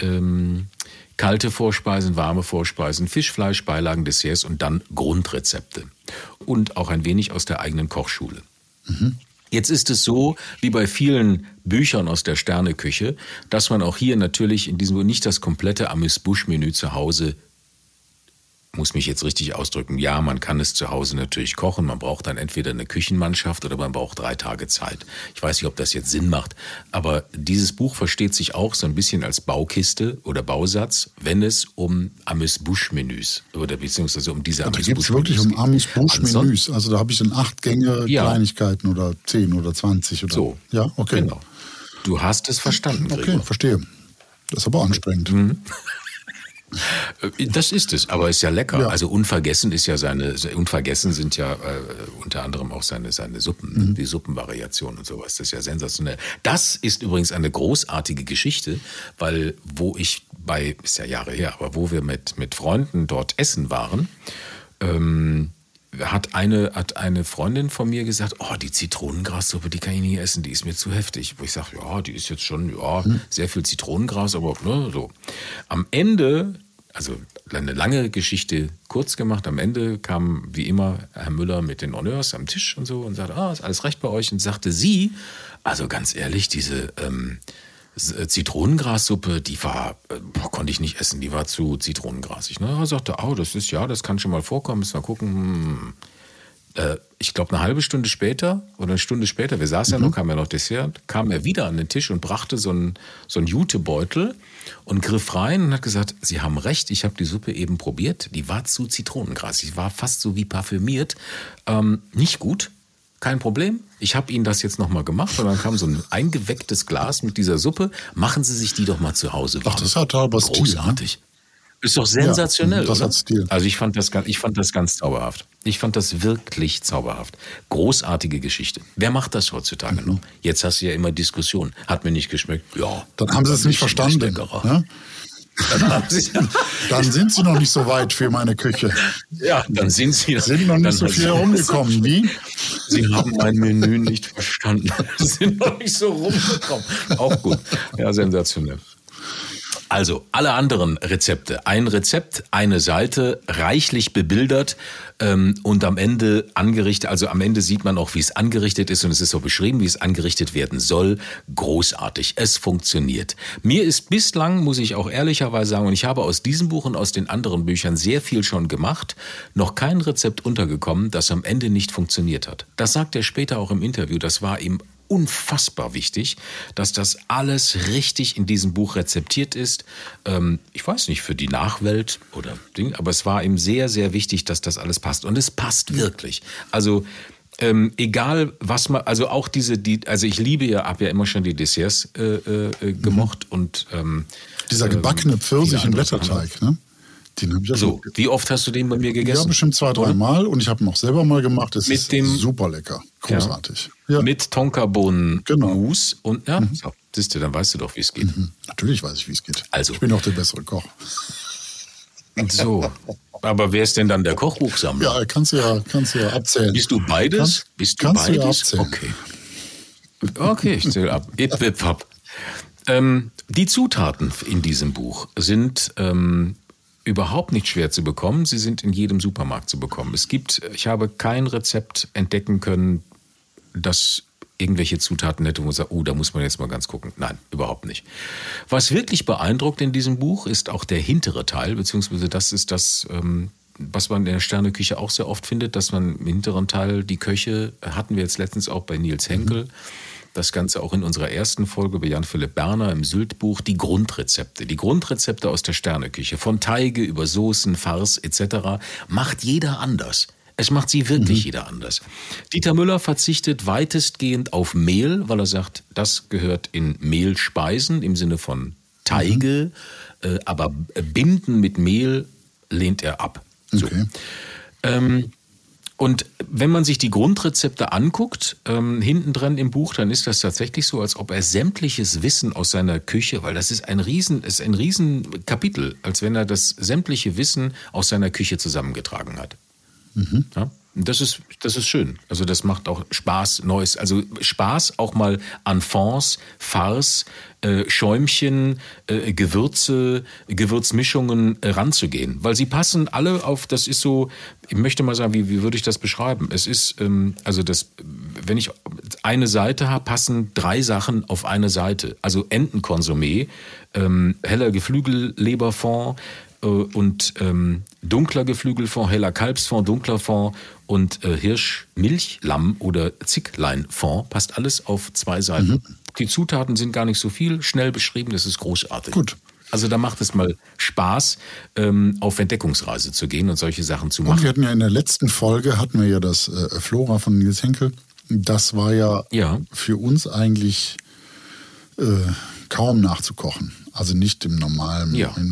[SPEAKER 2] kalte Vorspeisen, warme Vorspeisen, Fisch, Fleisch, Beilagen, Desserts und dann Grundrezepte. Und auch ein wenig aus der eigenen Kochschule. Jetzt ist es so, wie bei vielen Büchern aus der Sterneküche, dass man auch hier natürlich in diesem nicht das komplette Amuse-Bouche-Menü zu Hause, muss mich jetzt richtig ausdrücken, ja, man kann es zu Hause natürlich kochen, man braucht dann entweder eine Küchenmannschaft oder man braucht 3 Tage Zeit. Ich weiß nicht, ob das jetzt Sinn macht, aber dieses Buch versteht sich auch so ein bisschen als Baukiste oder Bausatz, wenn es um Amuse-Bouche-Menüs oder beziehungsweise um diese
[SPEAKER 3] Amuse-Bouche-Menüs. Da geht es wirklich um Amuse-Bouche-Menüs, also da habe ich dann 8 Gänge, Kleinigkeiten oder 10 oder 20 oder
[SPEAKER 2] so.
[SPEAKER 3] Ja, okay.
[SPEAKER 2] Genau. Du hast es verstanden,
[SPEAKER 3] Okay,
[SPEAKER 2] Gregor.
[SPEAKER 3] Verstehe. Das ist aber anstrengend.
[SPEAKER 2] Das ist es, aber ist ja lecker.
[SPEAKER 3] Ja.
[SPEAKER 2] Also unvergessen sind ja unter anderem auch seine Suppen, die Suppenvariation und sowas. Das ist ja sensationell. Das ist übrigens eine großartige Geschichte, weil ist ja Jahre her, aber wo wir mit Freunden dort essen waren, hat eine Freundin von mir gesagt, die Zitronengrassuppe, die kann ich nie essen, die ist mir zu heftig. Wo ich sage, die ist jetzt schon, sehr viel Zitronengras, aber so. Am Ende, also eine lange Geschichte kurz gemacht, am Ende kam wie immer Herr Müller mit den Honneurs am Tisch und so und sagte, ist alles recht bei euch? Und sagte sie, also ganz ehrlich, diese Zitronengrassuppe, die konnte ich nicht essen, die war zu zitronengrasig. Ne? Er sagte, das kann schon mal vorkommen, müssen wir gucken. Ich glaube, eine halbe Stunde später oder eine Stunde später, wir saßen ja noch, kam ja noch Dessert, kam er wieder an den Tisch und brachte so einen Jutebeutel und griff rein und hat gesagt, Sie haben recht, ich habe die Suppe eben probiert, die war zu zitronengrasig, die war fast so wie parfümiert, nicht gut. Kein Problem. Ich habe Ihnen das jetzt nochmal gemacht und dann kam so ein eingewecktes Glas mit dieser Suppe. Machen Sie sich die doch mal zu Hause warm.
[SPEAKER 3] Ach, das hat aber
[SPEAKER 2] großartig. Stil, ne? Ist doch sensationell,
[SPEAKER 3] das
[SPEAKER 2] oder?
[SPEAKER 3] Hat Stil.
[SPEAKER 2] Also ich fand das ganz zauberhaft. Ich fand das wirklich zauberhaft. Großartige Geschichte. Wer macht das heutzutage noch? Jetzt hast du ja immer Diskussionen. Hat mir nicht geschmeckt. Ja.
[SPEAKER 3] Dann haben Sie es nicht verstanden. Ne? Dann sind Sie noch nicht so weit für meine Küche.
[SPEAKER 2] Ja, dann sind Sie
[SPEAKER 3] noch nicht so viel herumgekommen. Wie?
[SPEAKER 2] Sie haben mein Menü nicht verstanden. Sie sind noch nicht so rumgekommen. Auch gut. Ja, sensationell. Also alle anderen Rezepte. Ein Rezept, eine Seite, reichlich bebildert und am Ende angerichtet. Also am Ende sieht man auch, wie es angerichtet ist und es ist so beschrieben, wie es angerichtet werden soll. Großartig. Es funktioniert. Mir ist bislang, muss ich auch ehrlicherweise sagen, und ich habe aus diesem Buch und aus den anderen Büchern sehr viel schon gemacht, noch kein Rezept untergekommen, das am Ende nicht funktioniert hat. Das sagt er später auch im Interview. Das war ihm unfassbar wichtig, dass das alles richtig in diesem Buch rezeptiert ist. Ich weiß nicht, für die Nachwelt oder Ding, aber es war ihm sehr, sehr wichtig, dass das alles passt. Und es passt wirklich. Also egal was man, also auch also ich habe ja immer schon die Desserts gemocht und
[SPEAKER 3] dieser gebackene Pfirsich im Blätterteig, ne? Den habe ich
[SPEAKER 2] so, wie oft hast du den bei mir gegessen?
[SPEAKER 3] Ja, bestimmt 2-3 Mal und ich habe ihn auch selber mal gemacht. Es ist super lecker, großartig.
[SPEAKER 2] Ja. Mit Tonkabohnen-Mousse und so, siehst du, dann weißt du doch, wie es geht.
[SPEAKER 3] Natürlich weiß ich, wie es geht.
[SPEAKER 2] Also.
[SPEAKER 3] Ich bin auch der bessere Koch.
[SPEAKER 2] So, aber wer ist denn dann der Kochbuchsammler?
[SPEAKER 3] Ja, kannst du ja abzählen.
[SPEAKER 2] Bist du beides?
[SPEAKER 3] Kannst du ja abzählen.
[SPEAKER 2] Okay, ich zähle ab. Die Zutaten in diesem Buch sind überhaupt nicht schwer zu bekommen. Sie sind in jedem Supermarkt zu bekommen. Ich habe kein Rezept entdecken können, das irgendwelche Zutaten hätte, wo man sagt, da muss man jetzt mal ganz gucken. Nein, überhaupt nicht. Was wirklich beeindruckt in diesem Buch ist auch der hintere Teil, beziehungsweise das ist das, was man in der Sterneküche auch sehr oft findet, dass man im hinteren Teil die Köche, hatten wir jetzt letztens auch bei Nils Henkel, das Ganze auch in unserer ersten Folge bei Jan-Philipp Berner im Sylt-Buch, die Grundrezepte aus der Sterneküche, von Teige über Soßen, Farce etc., macht jeder anders. Es macht sie wirklich jeder anders. Dieter Müller verzichtet weitestgehend auf Mehl, weil er sagt, das gehört in Mehlspeisen im Sinne von Teige, aber Binden mit Mehl lehnt er ab. So. Okay. Und wenn man sich die Grundrezepte anguckt, hinten dran im Buch, dann ist das tatsächlich so, als ob er sämtliches Wissen aus seiner Küche, weil das ist ein riesen Kapitel, als wenn er das sämtliche Wissen aus seiner Küche zusammengetragen hat. Ja? Das ist schön. Also das macht auch Spaß, Neues. Also Spaß auch mal an Fonds, Farce, Schäumchen, Gewürze, Gewürzmischungen ranzugehen. Weil sie passen alle auf, das ist so, ich möchte mal sagen, wie würde ich das beschreiben? Es ist, wenn ich eine Seite habe, passen 3 Sachen auf eine Seite. Also Entenkonsumé, heller Geflügelleberfond, und dunkler Geflügelfond, heller Kalbsfond, dunkler Fond und Hirschmilchlamm oder Zickleinfond, passt alles auf 2 Seiten. Die Zutaten sind gar nicht so viel, schnell beschrieben, das ist großartig.
[SPEAKER 3] Gut.
[SPEAKER 2] Also da macht es mal Spaß, auf Entdeckungsreise zu gehen und solche Sachen zu machen.
[SPEAKER 3] Und wir hatten ja in der letzten Folge, das Flora von Nils Henkel. Das war ja für uns eigentlich kaum nachzukochen. Also nicht im normalen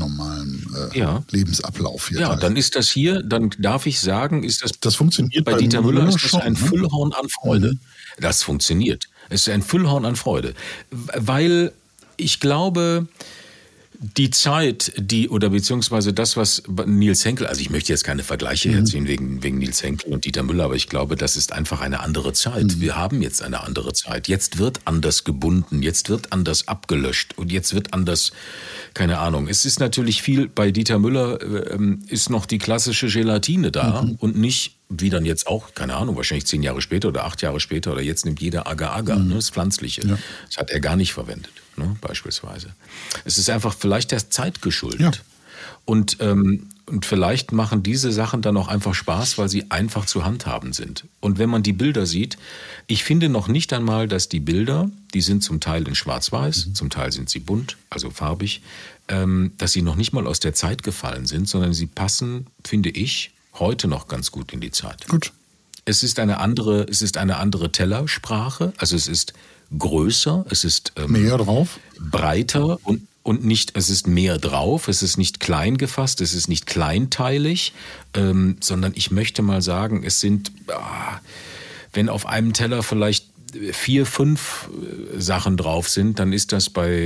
[SPEAKER 3] Lebensablauf hier.
[SPEAKER 2] Ja, halt. Dann ist das hier, dann darf ich sagen,
[SPEAKER 3] das funktioniert
[SPEAKER 2] bei Dieter Müller ist das ein Füllhorn an Freude. Das funktioniert. Es ist ein Füllhorn an Freude. Weil ich glaube, die Zeit, beziehungsweise das, was Nils Henkel, also ich möchte jetzt keine Vergleiche herziehen wegen Nils Henkel und Dieter Müller, aber ich glaube, das ist einfach eine andere Zeit. Wir haben jetzt eine andere Zeit. Jetzt wird anders gebunden, jetzt wird anders abgelöscht und jetzt wird anders, keine Ahnung. Es ist natürlich viel, bei Dieter Müller ist noch die klassische Gelatine da und nicht, wie dann jetzt auch, keine Ahnung, wahrscheinlich 10 Jahre später oder 8 Jahre später oder jetzt nimmt jeder Agar-Agar, das Pflanzliche. Ja. Das hat er gar nicht verwendet, beispielsweise. Es ist einfach vielleicht der Zeit geschuldet. Ja. Und vielleicht machen diese Sachen dann auch einfach Spaß, weil sie einfach zu handhaben sind. Und wenn man die Bilder sieht, ich finde noch nicht einmal, dass die Bilder, die sind zum Teil in Schwarz-Weiß, zum Teil sind sie bunt, also farbig, dass sie noch nicht mal aus der Zeit gefallen sind, sondern sie passen, finde ich, heute noch ganz gut in die Zeit.
[SPEAKER 3] Gut.
[SPEAKER 2] Es ist eine andere Tellersprache, also es ist größer, es ist
[SPEAKER 3] mehr drauf,
[SPEAKER 2] breiter und nicht, es ist mehr drauf, es ist nicht klein gefasst, es ist nicht kleinteilig, sondern ich möchte mal sagen, es sind, wenn auf einem Teller vielleicht 4, 5 Sachen drauf sind, dann ist das bei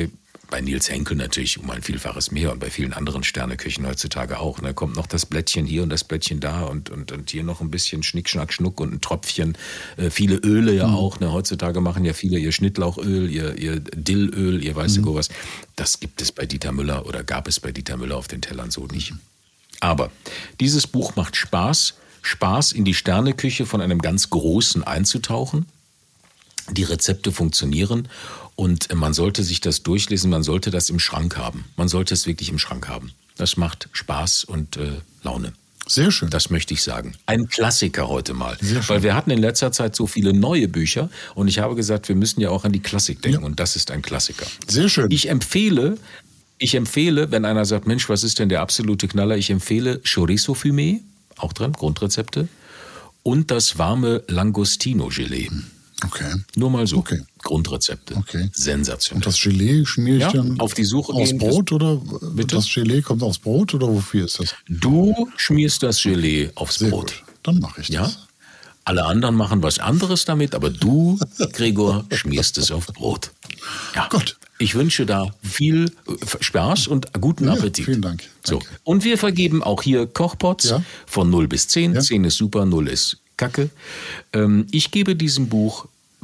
[SPEAKER 2] bei Nils Henkel natürlich um ein Vielfaches mehr und bei vielen anderen Sterneköchen heutzutage auch. Da kommt noch das Blättchen hier und das Blättchen da und hier noch ein bisschen Schnick, Schnack, Schnuck und ein Tröpfchen. Viele Öle ja auch. Ne? Heutzutage machen ja viele ihr Schnittlauchöl, ihr Dillöl, ihr weiß was. Das gibt es bei Dieter Müller oder gab es bei Dieter Müller auf den Tellern so nicht. Aber dieses Buch macht Spaß in die Sterneküche von einem ganz Großen einzutauchen. Die Rezepte funktionieren und man sollte sich das durchlesen, man sollte das im Schrank haben. Man sollte es wirklich im Schrank haben. Das macht Spaß und Laune.
[SPEAKER 3] Sehr schön.
[SPEAKER 2] Das möchte ich sagen. Ein Klassiker heute mal.
[SPEAKER 3] Sehr schön.
[SPEAKER 2] Weil wir hatten in letzter Zeit so viele neue Bücher und ich habe gesagt, wir müssen ja auch an die Klassik denken und das ist ein Klassiker.
[SPEAKER 3] Sehr schön.
[SPEAKER 2] Ich empfehle, wenn einer sagt, Mensch, was ist denn der absolute Knaller? Ich empfehle Chorizo Fumé, auch drin, Grundrezepte, und das warme Langostino-Gelee.
[SPEAKER 3] Okay.
[SPEAKER 2] Nur mal so.
[SPEAKER 3] Okay.
[SPEAKER 2] Grundrezepte.
[SPEAKER 3] Okay.
[SPEAKER 2] Sensationell.
[SPEAKER 3] Und das Gelee schmiere ich dann
[SPEAKER 2] auf die Suche
[SPEAKER 3] aufs Brot oder
[SPEAKER 2] bitte?
[SPEAKER 3] Das Gelee kommt aufs Brot oder wofür ist das?
[SPEAKER 2] Du schmierst das Gelee aufs
[SPEAKER 3] Sehr
[SPEAKER 2] Brot.
[SPEAKER 3] Gut. Dann mache ich das.
[SPEAKER 2] Ja? Alle anderen machen was anderes damit, aber du, Gregor, schmierst es auf Brot. Ja.
[SPEAKER 3] Gut.
[SPEAKER 2] Ich wünsche da viel Spaß und guten Appetit.
[SPEAKER 3] Vielen Dank.
[SPEAKER 2] So. Und wir vergeben auch hier Kochpots von 0 bis 10.
[SPEAKER 3] Ja.
[SPEAKER 2] 10 ist super, 0 ist Kacke. Ich gebe diesem Buch,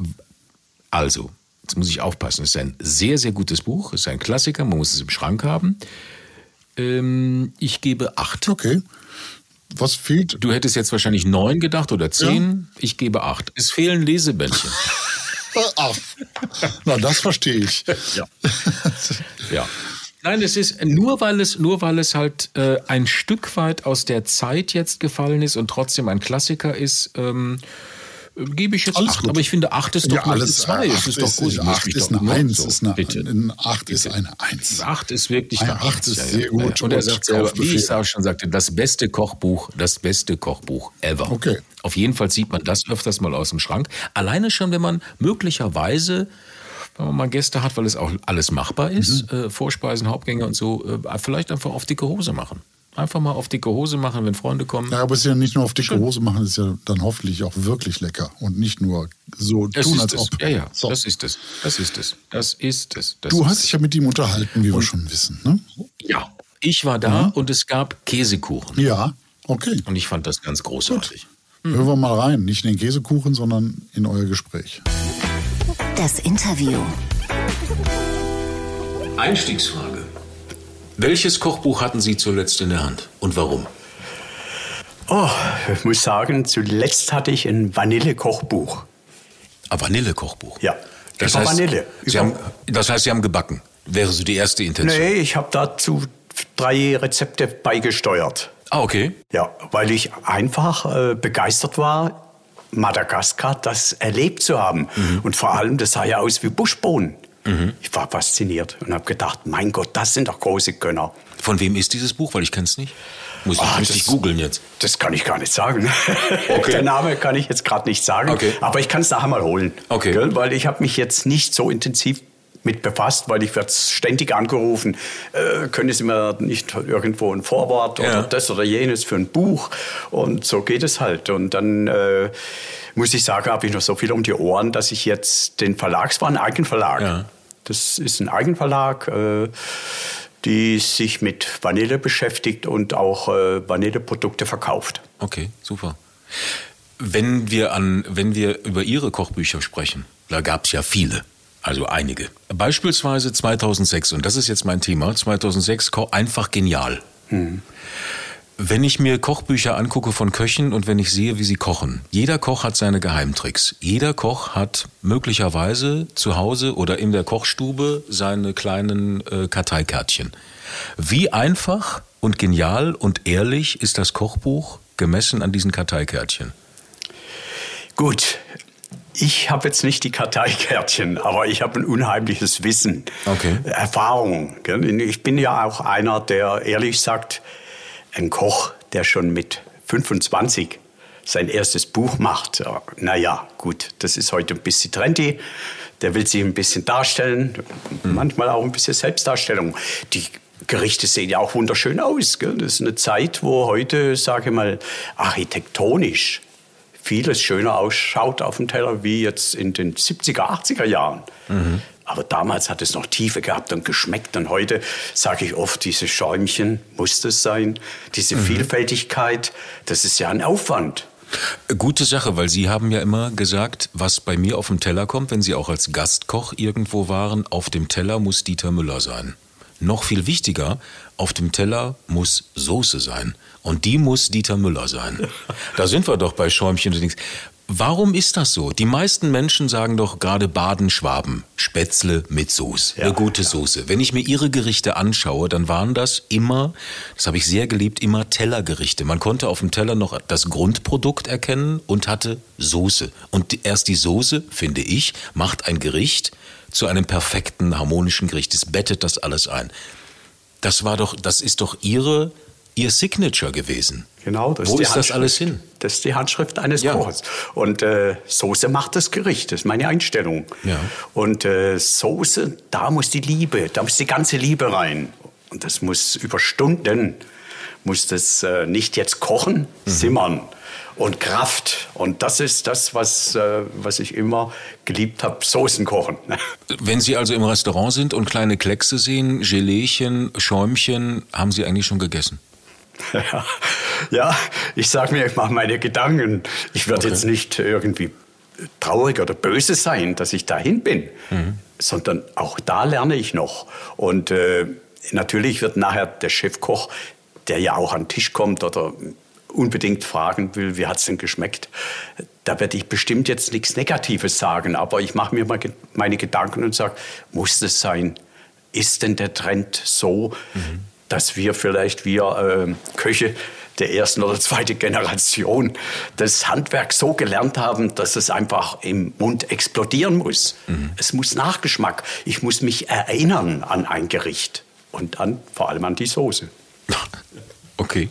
[SPEAKER 2] also, jetzt muss ich aufpassen, es ist ein sehr, sehr gutes Buch, es ist ein Klassiker, man muss es im Schrank haben. Ich gebe 8.
[SPEAKER 3] Okay. Was fehlt?
[SPEAKER 2] Du hättest jetzt wahrscheinlich 9 gedacht oder 10. Ja. Ich gebe 8. Es fehlen Lesebändchen.
[SPEAKER 3] Ach, na, das verstehe ich.
[SPEAKER 2] Ja. Ja. Nein, es ist nur weil es halt ein Stück weit aus der Zeit jetzt gefallen ist und trotzdem ein Klassiker ist, gebe ich jetzt
[SPEAKER 3] alles
[SPEAKER 2] 8.
[SPEAKER 3] gut.
[SPEAKER 2] Aber ich finde 8 ist doch
[SPEAKER 3] alles
[SPEAKER 2] 2. Es ist doch gut.
[SPEAKER 3] 8 ist eine 1.
[SPEAKER 2] So,
[SPEAKER 3] Eine 8 ist eine 1.
[SPEAKER 2] 8 ist wirklich eine
[SPEAKER 3] 8 ist sehr gut.
[SPEAKER 2] Und er sagt selber, wie ich es auch schon sagte, das beste Kochbuch ever.
[SPEAKER 3] Okay.
[SPEAKER 2] Auf jeden Fall sieht man das öfters mal aus dem Schrank. Alleine schon, wenn man möglicherweise, wenn man mal Gäste hat, weil es auch alles machbar ist, Vorspeisen, Hauptgänge und so, vielleicht einfach auf dicke Hose machen. Einfach mal auf dicke Hose machen, wenn Freunde kommen.
[SPEAKER 3] Ja, aber es ist ja nicht nur auf dicke Hose machen, es ist ja dann hoffentlich auch wirklich lecker und nicht nur so tun, als ob.
[SPEAKER 2] Ja,
[SPEAKER 3] so.
[SPEAKER 2] Das ist es.
[SPEAKER 3] Du hast dich ja mit ihm unterhalten, wie wir schon wissen, ne?
[SPEAKER 2] Ja, ich war da und es gab Käsekuchen.
[SPEAKER 3] Ja, okay.
[SPEAKER 2] Und ich fand das ganz großartig.
[SPEAKER 3] Hören wir mal rein, nicht in den Käsekuchen, sondern in euer Gespräch.
[SPEAKER 1] Das Interview.
[SPEAKER 2] Einstiegsfrage. Welches Kochbuch hatten Sie zuletzt in der Hand und warum?
[SPEAKER 4] Oh, ich muss sagen, zuletzt hatte ich ein Vanille-Kochbuch.
[SPEAKER 2] Ein Vanille-Kochbuch?
[SPEAKER 4] Ja,
[SPEAKER 2] das heißt, Vanille. Sie haben gebacken. Wäre so die erste Intention?
[SPEAKER 4] Nee, ich habe dazu 3 Rezepte beigesteuert.
[SPEAKER 2] Ah, okay.
[SPEAKER 4] Ja, weil ich einfach begeistert war, Madagaskar das erlebt zu haben. Und vor allem, das sah ja aus wie Buschbohnen. Ich war fasziniert und habe gedacht, mein Gott, das sind doch große Gönner.
[SPEAKER 2] Von wem ist dieses Buch? Weil ich kenne es nicht. Muss ich googeln jetzt.
[SPEAKER 4] Das kann ich gar nicht sagen.
[SPEAKER 2] Okay.
[SPEAKER 4] Der Name kann ich jetzt gerade nicht sagen. Okay. Aber ich kann es nachher mal holen.
[SPEAKER 2] Okay.
[SPEAKER 4] Gell? Weil ich habe mich jetzt nicht so intensiv mit befasst, weil ich werde ständig angerufen, können Sie mir nicht irgendwo ein Vorwort oder das oder jenes für ein Buch? Und so geht es halt. Und dann muss ich sagen, habe ich noch so viel um die Ohren, dass ich jetzt den Verlag, es war ein Eigenverlag. Ja. Das ist ein Eigenverlag, die sich mit Vanille beschäftigt und auch Vanilleprodukte verkauft.
[SPEAKER 2] Okay, super. Wenn wir über Ihre Kochbücher sprechen, da gab es ja viele. Also einige. Beispielsweise 2006, und das ist jetzt mein Thema, 2006, einfach genial. Wenn ich mir Kochbücher angucke von Köchen und wenn ich sehe, wie sie kochen, jeder Koch hat seine Geheimtricks. Jeder Koch hat möglicherweise zu Hause oder in der Kochstube seine kleinen Karteikärtchen. Wie einfach und genial und ehrlich ist das Kochbuch gemessen an diesen Karteikärtchen?
[SPEAKER 4] Gut. Ich habe jetzt nicht die Karteikärtchen, aber ich habe ein unheimliches Wissen, Erfahrung. Ich bin ja auch einer, der ehrlich sagt, ein Koch, der schon mit 25 sein erstes Buch macht. Naja, gut, das ist heute ein bisschen trendy. Der will sich ein bisschen darstellen, manchmal auch ein bisschen Selbstdarstellung. Die Gerichte sehen ja auch wunderschön aus. Gell? Das ist eine Zeit, wo heute, sage ich mal, architektonisch vieles schöner ausschaut auf dem Teller wie jetzt in den 70er, 80er Jahren. Aber damals hat es noch Tiefe gehabt und geschmeckt. Und heute sage ich oft, diese Schäumchen muss das sein. Diese Vielfältigkeit, das ist ja ein Aufwand.
[SPEAKER 2] Gute Sache, weil Sie haben ja immer gesagt, was bei mir auf dem Teller kommt, wenn Sie auch als Gastkoch irgendwo waren, auf dem Teller muss Dieter Müller sein. Noch viel wichtiger, auf dem Teller muss Soße sein. Und die muss Dieter Müller sein. Da sind wir doch bei Schäumchen und Dings. Warum ist das so? Die meisten Menschen sagen doch gerade Baden-Schwaben, Spätzle mit Soße, eine gute Soße. Wenn ich mir ihre Gerichte anschaue, dann waren das immer, das habe ich sehr geliebt, immer Tellergerichte. Man konnte auf dem Teller noch das Grundprodukt erkennen und hatte Soße. Und erst die Soße, finde ich, macht ein Gericht zu einem perfekten, harmonischen Gericht. Es bettet das alles ein. Das ist doch Ihr Signature gewesen.
[SPEAKER 4] Genau.
[SPEAKER 2] Wo ist das alles hin?
[SPEAKER 4] Das ist die Handschrift eines Kochs. Und Soße macht das Gericht. Das ist meine Einstellung. Ja. Und Soße, da muss die Liebe, da muss die ganze Liebe rein. Und das muss über Stunden, muss das nicht jetzt kochen, simmern. Und Kraft. Und das ist das, was ich immer geliebt habe, Soßen kochen.
[SPEAKER 2] Wenn Sie also im Restaurant sind und kleine Kleckse sehen, Geleechen, Schäumchen, haben Sie eigentlich schon gegessen?
[SPEAKER 4] Ja, ich sage mir, ich mache meine Gedanken. Ich werde jetzt nicht irgendwie traurig oder böse sein, dass ich dahin bin, sondern auch da lerne ich noch. Und natürlich wird nachher der Chefkoch, der ja auch an den Tisch kommt oder unbedingt fragen will, wie hat es denn geschmeckt, da werde ich bestimmt jetzt nichts Negatives sagen, aber ich mache mir mal meine Gedanken und sage, muss das sein? Ist denn der Trend so, dass wir vielleicht, Köche der ersten oder zweiten Generation, das Handwerk so gelernt haben, dass es einfach im Mund explodieren muss. Es muss Nachgeschmack. Ich muss mich erinnern an ein Gericht und vor allem an die Soße.
[SPEAKER 2] Okay.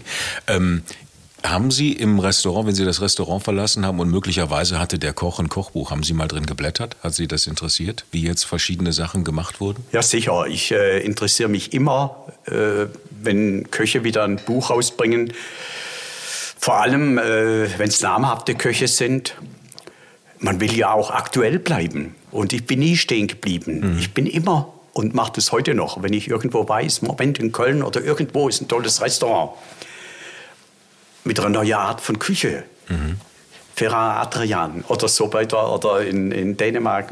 [SPEAKER 2] Haben Sie im Restaurant, wenn Sie das Restaurant verlassen haben und möglicherweise hatte der Koch ein Kochbuch, haben Sie mal drin geblättert? Hat Sie das interessiert, wie jetzt verschiedene Sachen gemacht wurden?
[SPEAKER 4] Ja, sicher. Ich interessiere mich immer, wenn Köche wieder ein Buch rausbringen. Vor allem, wenn es namhafte Köche sind. Man will ja auch aktuell bleiben. Und ich bin nie stehen geblieben. Ich bin immer und mache das heute noch. Wenn ich irgendwo weiß, Moment, in Köln oder irgendwo ist ein tolles Restaurant. Mit einer neuen Art von Küche. Ferrara Adrian oder so weiter. Oder in Dänemark,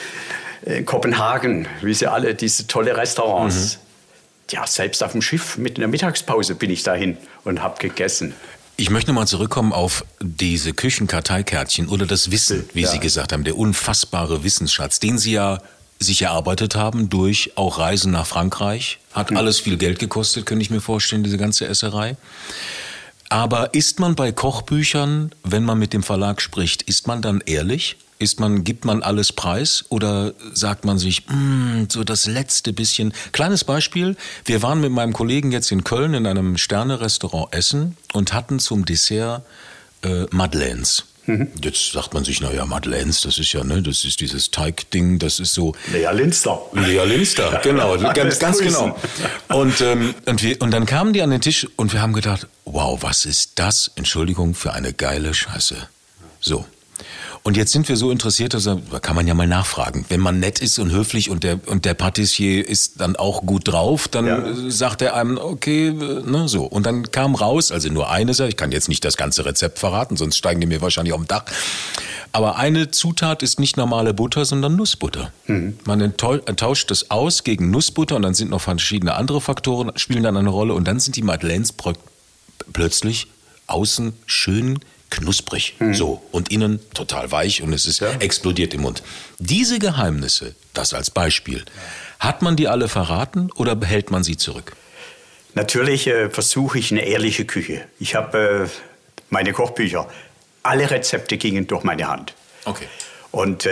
[SPEAKER 4] in Kopenhagen, wie sie alle, diese tolle Restaurants. Ja, selbst auf dem Schiff mit einer Mittagspause bin ich dahin und habe gegessen.
[SPEAKER 2] Ich möchte mal zurückkommen auf diese Küchenkarteikärtchen oder das Wissen, wie Sie gesagt haben, der unfassbare Wissensschatz, den Sie ja sich erarbeitet haben durch auch Reisen nach Frankreich. Hat alles viel Geld gekostet, könnte ich mir vorstellen, diese ganze Esserei. Aber ist man bei Kochbüchern, wenn man mit dem Verlag spricht, ist man dann ehrlich? Gibt man alles preis oder sagt man sich, so das letzte bisschen? Kleines Beispiel, wir waren mit meinem Kollegen jetzt in Köln in einem Sterne-Restaurant essen und hatten zum Dessert Madeleines. Jetzt sagt man sich, naja, Madeleines, das ist ja, ne, das ist dieses Teigding, das ist so...
[SPEAKER 4] Lea Linster,
[SPEAKER 2] genau, ganz genau. Und dann kamen die an den Tisch und wir haben gedacht, wow, was ist das, Entschuldigung, für eine geile Scheiße. So. Und jetzt sind wir so interessiert, da kann man ja mal nachfragen. Wenn man nett ist und höflich und der Patissier ist dann auch gut drauf, dann sagt er einem, okay, ne, so. Und dann kam raus, also nur eine Sache, ich kann jetzt nicht das ganze Rezept verraten, sonst steigen die mir wahrscheinlich auf dem Dach. Aber eine Zutat ist nicht normale Butter, sondern Nussbutter. Man tauscht das aus gegen Nussbutter und dann sind noch verschiedene andere Faktoren, spielen dann eine Rolle und dann sind die Madeleines plötzlich außen schön knusprig, so, und innen total weich und es ist explodiert im Mund. Diese Geheimnisse, das als Beispiel, hat man die alle verraten oder behält man sie zurück?
[SPEAKER 4] Natürlich versuche ich eine ehrliche Küche. Ich habe meine Kochbücher, alle Rezepte gingen durch meine Hand.
[SPEAKER 2] Okay.
[SPEAKER 4] Und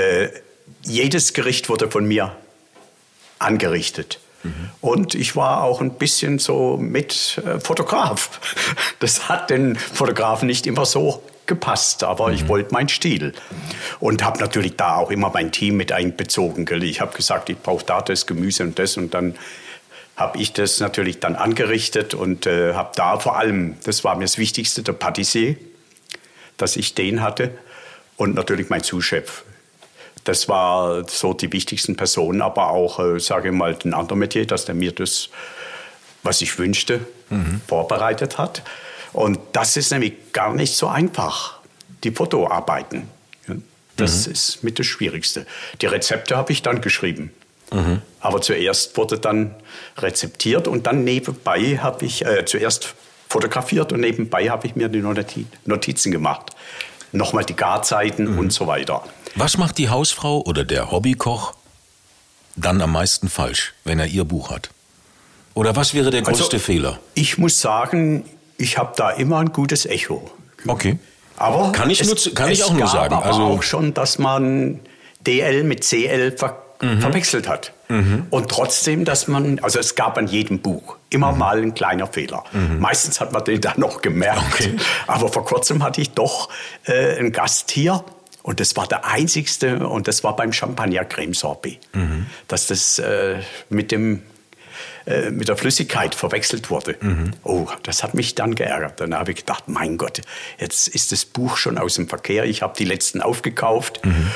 [SPEAKER 4] jedes Gericht wurde von mir angerichtet. Und ich war auch ein bisschen so mit Fotograf. Das hat den Fotografen nicht immer so gepasst, aber ich wollte meinen Stil. Und habe natürlich da auch immer mein Team mit einbezogen. Gell? Ich habe gesagt, ich brauche da das Gemüse und dann habe ich das natürlich dann angerichtet und habe da vor allem, das war mir das Wichtigste, der Patissier, dass ich den hatte und natürlich mein Sous-Chef. Das war so die wichtigsten Personen, aber auch, sage ich mal, ein anderer Metier, dass der mir das, was ich wünschte, vorbereitet hat. Und das ist nämlich gar nicht so einfach, die Fotoarbeiten. Das ist mit das Schwierigste. Die Rezepte habe ich dann geschrieben. Aber zuerst wurde dann rezeptiert und dann nebenbei habe ich zuerst fotografiert und nebenbei habe ich mir die Notizen gemacht. Nochmal die Garzeiten und so weiter.
[SPEAKER 2] Was macht die Hausfrau oder der Hobbykoch dann am meisten falsch, wenn er ihr Buch hat? Oder was wäre der größte Fehler?
[SPEAKER 4] Ich muss sagen, ich habe da immer ein gutes Echo.
[SPEAKER 2] Okay.
[SPEAKER 4] Aber
[SPEAKER 2] kann ich auch nur sagen.
[SPEAKER 4] Aber auch schon, dass man DL mit CL verwechselt hat. Und trotzdem, dass man, also es gab an jedem Buch immer mal ein kleiner Fehler. Meistens hat man den dann noch gemerkt. Okay. Aber vor kurzem hatte ich doch einen Gast hier und das war der einzigste und das war beim Champagner Crème Sorbet. Dass das mit der Flüssigkeit verwechselt wurde. Oh, das hat mich dann geärgert. Dann habe ich gedacht, mein Gott, jetzt ist das Buch schon aus dem Verkehr. Ich habe die letzten aufgekauft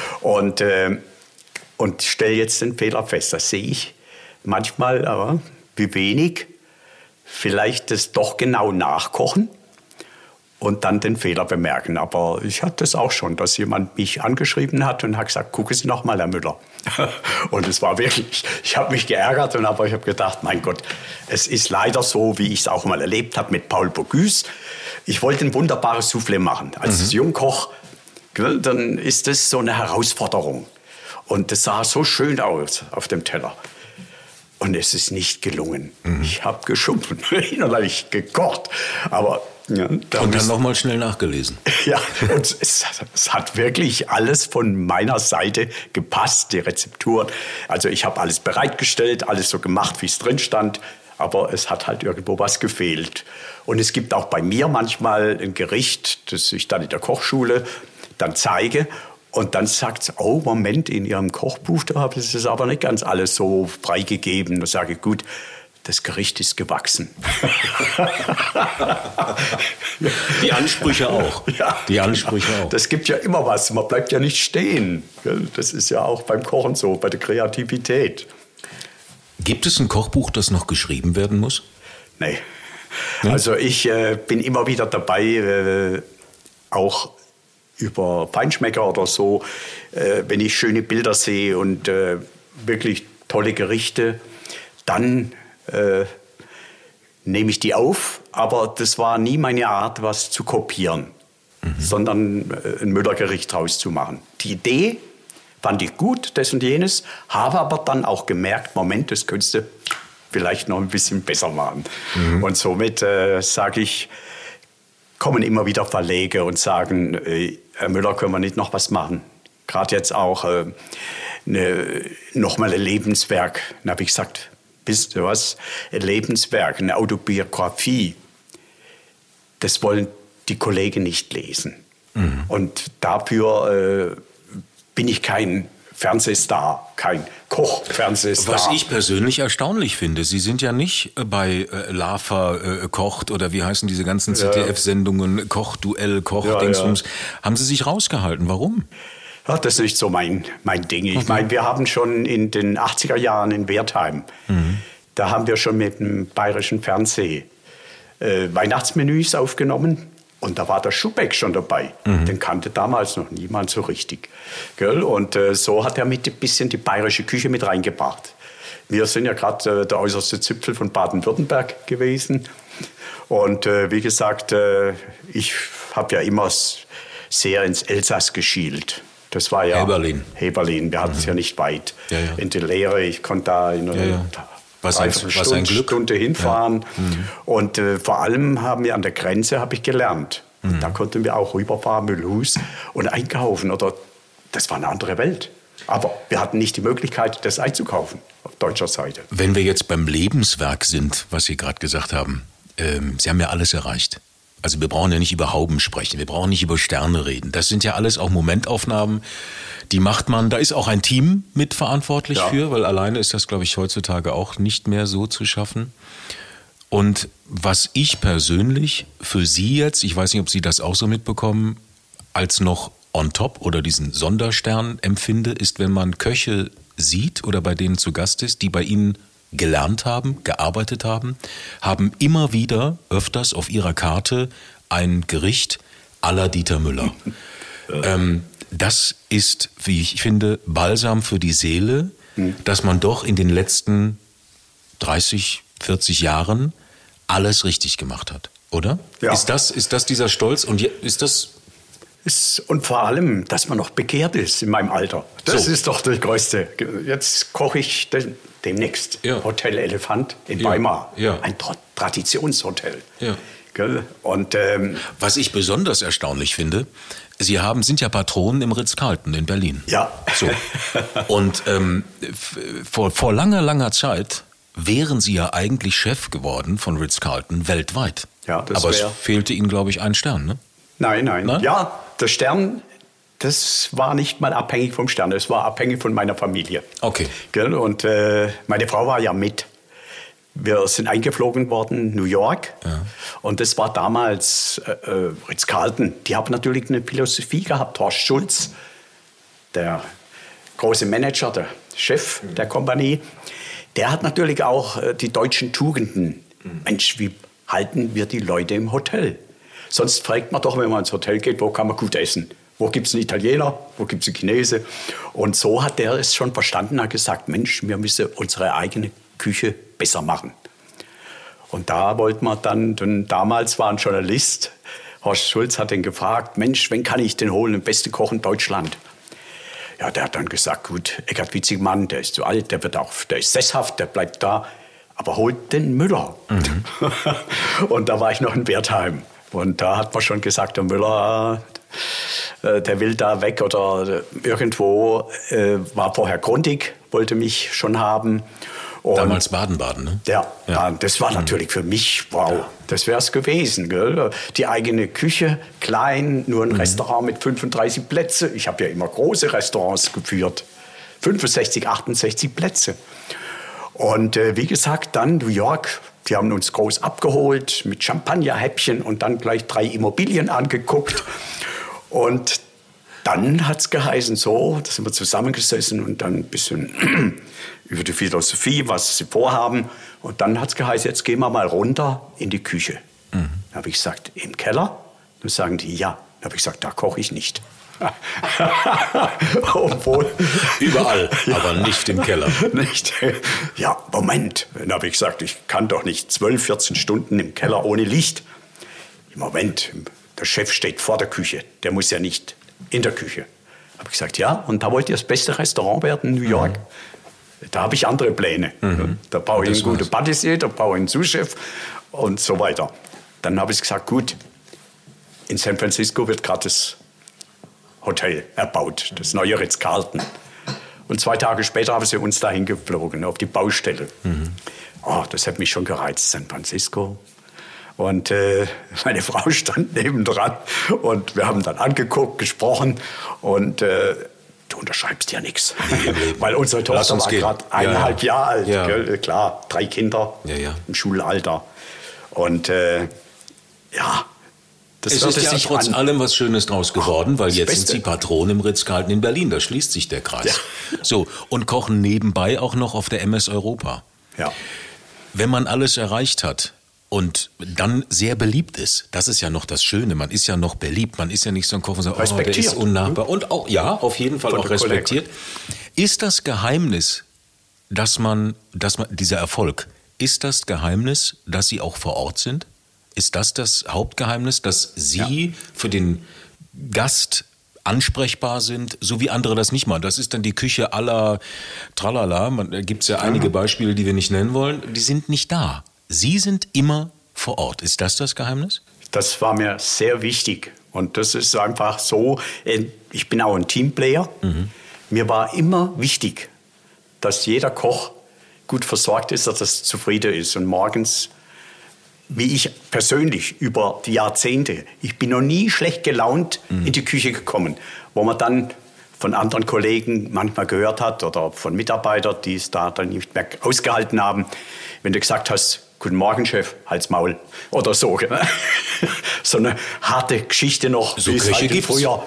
[SPEAKER 4] und stelle jetzt den Fehler fest. Das sehe ich manchmal, aber wie wenig. Vielleicht das doch genau nachkochen und dann den Fehler bemerken. Aber ich hatte das auch schon, dass jemand mich angeschrieben hat und hat gesagt, gucken Sie noch mal, Herr Müller. Und es war wirklich, ich habe mich geärgert, aber ich habe gedacht, mein Gott, es ist leider so, wie ich es auch mal erlebt habe mit Paul Bocuse. Ich wollte ein wunderbares Soufflé machen. Als Jungkoch, dann ist das so eine Herausforderung. Und das sah so schön aus auf dem Teller. Und es ist nicht gelungen. Ich habe geschumpfen, innerlich gekocht. Aber ja,
[SPEAKER 2] und dann nochmal schnell nachgelesen.
[SPEAKER 4] Ja, und es hat wirklich alles von meiner Seite gepasst, die Rezepturen. Also ich habe alles bereitgestellt, alles so gemacht, wie es drin stand. Aber es hat halt irgendwo was gefehlt. Und es gibt auch bei mir manchmal ein Gericht, das ich dann in der Kochschule dann zeige. Und dann sagt es, oh Moment, in Ihrem Kochbuch, da haben Sie es aber nicht ganz alles so freigegeben. Da sage ich, gut, das Gericht ist gewachsen.
[SPEAKER 2] Die Ansprüche auch.
[SPEAKER 4] Ja.
[SPEAKER 2] Die Ansprüche auch.
[SPEAKER 4] Das gibt ja immer was, man bleibt ja nicht stehen. Das ist ja auch beim Kochen so, bei der Kreativität.
[SPEAKER 2] Gibt es ein Kochbuch, das noch geschrieben werden muss?
[SPEAKER 4] Nee. Also ich bin immer wieder dabei, auch über Feinschmecker oder so, wenn ich schöne Bilder sehe und wirklich tolle Gerichte, dann nehme ich die auf. Aber das war nie meine Art, was zu kopieren, sondern ein Müllergericht draus zu machen. Die Idee fand ich gut, das und jenes, habe aber dann auch gemerkt, Moment, das könntest du vielleicht noch ein bisschen besser machen. Und somit sage ich, kommen immer wieder Verleger und sagen, Herr Müller, können wir nicht noch was machen? Gerade jetzt auch nochmal ein Lebenswerk. Dann habe ich gesagt, wisst ihr was? Ein Lebenswerk, eine Autobiografie, das wollen die Kollegen nicht lesen. Und dafür bin ich kein Fernsehstar, kein Koch-Fernsehstar.
[SPEAKER 2] Was ich persönlich erstaunlich finde, Sie sind ja nicht bei Lava kocht oder wie heißen diese ganzen ZDF-Sendungen, Kochduell, Koch-Dingsbums. Haben Sie sich rausgehalten? Warum?
[SPEAKER 4] Ja, das ist nicht so mein Ding. Ich meine, wir haben schon in den 80er Jahren in Wertheim, da haben wir schon mit dem Bayerischen Fernsehen Weihnachtsmenüs aufgenommen. Und da war der Schubeck schon dabei. Den kannte damals noch niemand so richtig. Gell? Und so hat er mit ein bisschen die bayerische Küche mit reingebracht. Wir sind ja gerade der äußerste Zipfel von Baden-Württemberg gewesen. Und wie gesagt, ich habe ja immer sehr ins Elsass geschielt. Das war ja Heberlin. Wir hatten es ja nicht weit in die Lehre. Ich konnte da in einer Stunde hinfahren. Und vor allem haben wir an der Grenze habe ich gelernt. Und da konnten wir auch rüberfahren, Mühlhus und einkaufen. Das war eine andere Welt. Aber wir hatten nicht die Möglichkeit, das einzukaufen auf deutscher Seite.
[SPEAKER 2] Wenn wir jetzt beim Lebenswerk sind, was Sie gerade gesagt haben, Sie haben ja alles erreicht. Also wir brauchen ja nicht über Hauben sprechen, wir brauchen nicht über Sterne reden. Das sind ja alles auch Momentaufnahmen, die macht man, da ist auch ein Team mitverantwortlich für, weil alleine ist das, glaube ich, heutzutage auch nicht mehr so zu schaffen. Und was ich persönlich für Sie jetzt, ich weiß nicht, ob Sie das auch so mitbekommen, als noch on top oder diesen Sonderstern empfinde, ist, wenn man Köche sieht oder bei denen zu Gast ist, die bei Ihnen gelernt haben, gearbeitet haben, haben immer wieder öfters auf ihrer Karte ein Gericht à la Dieter Müller. Das ist, wie ich finde, Balsam für die Seele, dass man doch in den letzten 30, 40 Jahren alles richtig gemacht hat, oder? Ja. Ist das dieser Stolz und ist das...
[SPEAKER 4] Und vor allem, dass man noch begehrt ist in meinem Alter. Das ist doch das Größte. Jetzt koche ich demnächst Hotel Elefant in Weimar. Ja. Ein Traditionshotel. Ja. Und,
[SPEAKER 2] was ich besonders erstaunlich finde, Sie sind ja Patronen im Ritz-Carlton in Berlin.
[SPEAKER 4] Ja.
[SPEAKER 2] So. Und vor langer, langer Zeit wären Sie ja eigentlich Chef geworden von Ritz-Carlton weltweit.
[SPEAKER 4] Ja,
[SPEAKER 2] aber es fehlte Ihnen, glaube ich, ein Stern, ne?
[SPEAKER 4] Nein. Ja, der Stern, das war nicht mal abhängig vom Stern, es war abhängig von meiner Familie.
[SPEAKER 2] Okay.
[SPEAKER 4] Und meine Frau war ja mit. Wir sind eingeflogen worden, New York. Ja. Und das war damals Ritz-Carlton. Die haben natürlich eine Philosophie gehabt. Horst Schulz, der große Manager, der Chef der Kompanie, der hat natürlich auch die deutschen Tugenden. Mensch, wie halten wir die Leute im Hotel? Sonst fragt man doch, wenn man ins Hotel geht, wo kann man gut essen? Wo gibt es einen Italiener? Wo gibt es einen Chinese? Und so hat der es schon verstanden, hat gesagt, Mensch, wir müssen unsere eigene Küche besser machen. Und da wollten wir dann, denn damals war ein Journalist, Horst Schulz hat ihn gefragt, Mensch, wen kann ich denn holen, den besten Koch in Deutschland? Ja, der hat dann gesagt, gut, Eckart Witzigmann, der ist zu alt, der ist sesshaft, der bleibt da, aber holt den Müller. Und da war ich noch in Wertheim. Und da hat man schon gesagt, der Müller, der will da weg oder irgendwo, war vorher Grundig, wollte mich schon haben. Und
[SPEAKER 2] damals Baden-Baden, ne?
[SPEAKER 4] Ja, das war natürlich für mich, wow, das wäre es gewesen. Gell? Die eigene Küche, klein, nur ein Restaurant mit 35 Plätzen. Ich habe ja immer große Restaurants geführt, 65, 68 Plätze. Und wie gesagt, dann New York. Die haben uns groß abgeholt mit Champagnerhäppchen und dann gleich 3 Immobilien angeguckt. Und dann hat es geheißen so, da sind wir zusammengesessen und dann ein bisschen über die Philosophie, was sie vorhaben. Und dann hat es geheißen, jetzt gehen wir mal runter in die Küche. Dann habe ich gesagt, im Keller? Dann sagen die, ja. Dann habe ich gesagt, da koche ich nicht.
[SPEAKER 2] Obwohl. Überall, aber nicht im Keller.
[SPEAKER 4] Nicht. Ja, Moment. Dann habe ich gesagt, ich kann doch nicht 12, 14 Stunden im Keller ohne Licht. Moment, der Chef steht vor der Küche. Der muss ja nicht in der Küche. Habe ich gesagt, ja, und da wollt ihr das beste Restaurant werden in New York. Da habe ich andere Pläne. Da baue ich einen guten Patissier, da baue ich einen Sous-Chef und so weiter. Dann habe ich gesagt, gut, in San Francisco wird gerade das Hotel erbaut, das neue Ritz-Carlton. Und 2 Tage später haben sie uns dahin geflogen, auf die Baustelle. Oh, das hat mich schon gereizt, San Francisco. Und meine Frau stand nebendran und wir haben dann angeguckt, gesprochen und du unterschreibst ja nichts. Weil unsere Tochter war gerade 1,5 Jahre alt. Ja. Gell? Klar, 3 Kinder im Schulalter. Und
[SPEAKER 2] es ist ja trotz allem was Schönes draus geworden, weil jetzt sind Sie Patron im Ritz-Carlton in Berlin. Da schließt sich der Kreis. Ja. So, und kochen nebenbei auch noch auf der MS Europa.
[SPEAKER 4] Ja.
[SPEAKER 2] Wenn man alles erreicht hat und dann sehr beliebt ist, das ist ja noch das Schöne, man ist ja noch beliebt, man ist ja nicht so ein Koch und sagt, oh, der ist unnahbar. Und auch, ja, auf jeden Fall auch respektiert. Ist das Geheimnis, dass man dieser Erfolg, ist das Geheimnis, dass Sie auch vor Ort sind? Ist das Hauptgeheimnis, dass Sie für den Gast ansprechbar sind, so wie andere das nicht machen? Das ist dann die Küche à la Tralala. Da gibt es ja einige Beispiele, die wir nicht nennen wollen. Die sind nicht da. Sie sind immer vor Ort. Ist das Geheimnis?
[SPEAKER 4] Das war mir sehr wichtig. Und das ist einfach so, ich bin auch ein Teamplayer. Mir war immer wichtig, dass jeder Koch gut versorgt ist, dass er zufrieden ist. Und morgens, wie ich persönlich über die Jahrzehnte, ich bin noch nie schlecht gelaunt in die Küche gekommen, wo man dann von anderen Kollegen manchmal gehört hat oder von Mitarbeitern, die es da dann nicht mehr ausgehalten haben, wenn du gesagt hast, guten Morgen, Chef, halt's Maul oder so. So eine harte Geschichte noch,
[SPEAKER 2] so wie es halt früher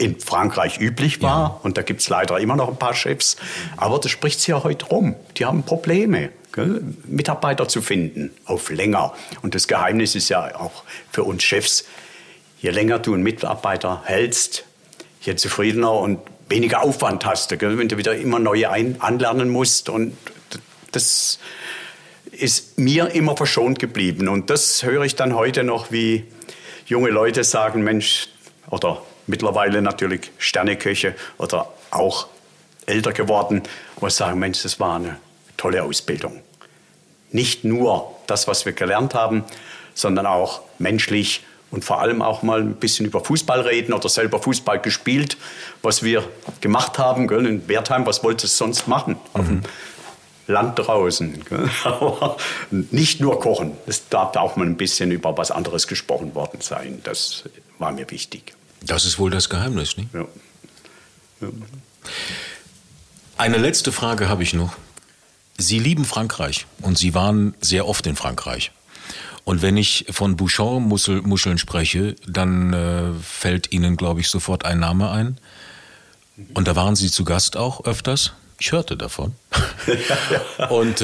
[SPEAKER 4] in Frankreich üblich war. Ja. Und da gibt es leider immer noch ein paar Chefs. Aber das spricht sich ja heute rum. Die haben Probleme, gell, Mitarbeiter zu finden, auf länger. Und das Geheimnis ist ja auch für uns Chefs, je länger du einen Mitarbeiter hältst, je zufriedener und weniger Aufwand hast du, gell, wenn du wieder immer neue anlernen musst. Und das ist mir immer verschont geblieben. Und das höre ich dann heute noch, wie junge Leute sagen, Mensch, oder mittlerweile natürlich Sterneköche oder auch älter geworden, wo sagen, Mensch, das war eine tolle Ausbildung. Nicht nur das, was wir gelernt haben, sondern auch menschlich und vor allem auch mal ein bisschen über Fußball reden oder selber Fußball gespielt, was wir gemacht haben, gell, in Wertheim, was wolltest du sonst machen? Auf dem Land draußen. Gell? Aber nicht nur kochen. Es darf auch mal ein bisschen über was anderes gesprochen worden sein. Das war mir wichtig.
[SPEAKER 2] Das ist wohl das Geheimnis, nicht?
[SPEAKER 4] Ja. Ja.
[SPEAKER 2] Eine letzte Frage habe ich noch. Sie lieben Frankreich und Sie waren sehr oft in Frankreich. Und wenn ich von Bouchon-Muscheln spreche, dann fällt Ihnen, glaube ich, sofort ein Name ein. Und da waren Sie zu Gast auch öfters. Ich hörte davon. Und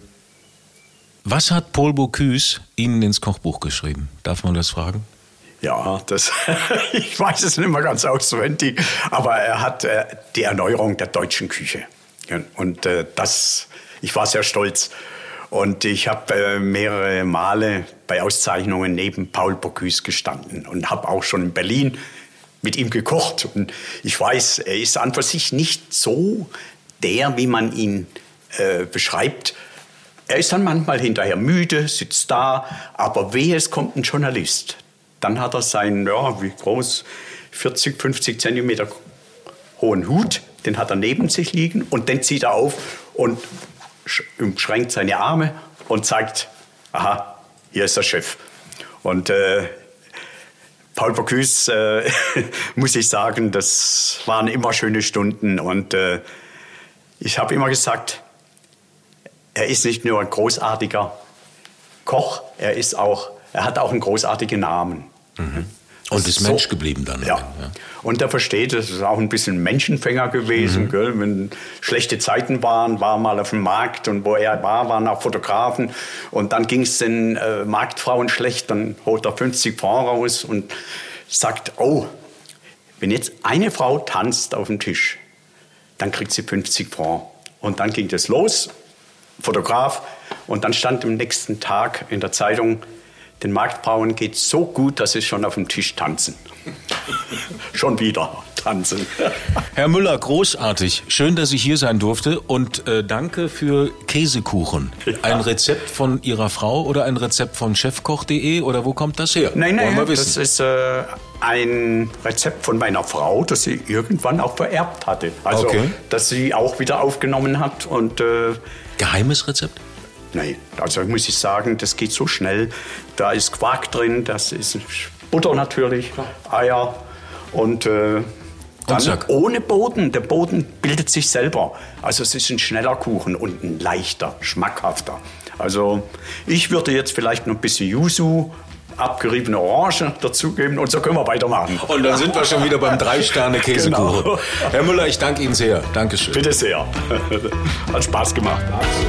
[SPEAKER 2] was hat Paul Bocuse Ihnen ins Kochbuch geschrieben? Darf man das fragen?
[SPEAKER 4] Ja, ich weiß es nicht mehr ganz auswendig, aber er hat die Erneuerung der deutschen Küche. Und ich war sehr stolz. Und ich habe mehrere Male bei Auszeichnungen neben Paul Bocuse gestanden und habe auch schon in Berlin mit ihm gekocht. Und ich weiß, er ist an für sich nicht so der, wie man ihn beschreibt. Er ist dann manchmal hinterher müde, sitzt da, aber wehe, es kommt ein Journalist. Dann hat er seinen, ja, wie groß, 40, 50 Zentimeter hohen Hut, den hat er neben sich liegen und den zieht er auf und umschränkt seine Arme und zeigt, aha, hier ist der Chef. Und Paul Bocuse, muss ich sagen, das waren immer schöne Stunden. Und ich habe immer gesagt, er ist nicht nur ein großartiger Koch, er hat auch einen großartigen Namen.
[SPEAKER 2] Mhm. Und ist Mensch geblieben dann.
[SPEAKER 4] Ja. Und er versteht, es ist auch ein bisschen Menschenfänger gewesen. Gell? Wenn schlechte Zeiten waren, war mal auf dem Markt und wo er war, waren auch Fotografen. Und dann ging es den Marktfrauen schlecht, dann holt er 50 Francs raus und sagt, oh, wenn jetzt eine Frau tanzt auf dem Tisch, dann kriegt sie 50 Francs. Und dann ging das los, Fotograf, und dann stand am nächsten Tag in der Zeitung, den Marktfrauen geht so gut, dass sie schon auf dem Tisch tanzen. Schon wieder tanzen.
[SPEAKER 2] Herr Müller, großartig. Schön, dass ich hier sein durfte. Und danke für Käsekuchen. Ja. Ein Rezept von Ihrer Frau oder ein Rezept von chefkoch.de? Oder wo kommt das her?
[SPEAKER 4] Nein, das ist ein Rezept von meiner Frau, das sie irgendwann auch vererbt hatte. Also, das sie auch wieder aufgenommen hat. Und,
[SPEAKER 2] geheimes Rezept?
[SPEAKER 4] Nein, also muss ich sagen, das geht so schnell. Da ist Quark drin, das ist Butter natürlich, Eier und dann ohne Boden. Der Boden bildet sich selber. Also es ist ein schneller Kuchen und ein leichter, schmackhafter. Also ich würde jetzt vielleicht noch ein bisschen Yuzu, abgeriebene Orange dazugeben und so können wir weitermachen.
[SPEAKER 2] Und dann sind wir schon wieder beim 3-Sterne-Käsekuchen.
[SPEAKER 4] Genau.
[SPEAKER 2] Herr Müller, ich danke Ihnen sehr. Dankeschön.
[SPEAKER 4] Bitte sehr. Hat Spaß gemacht.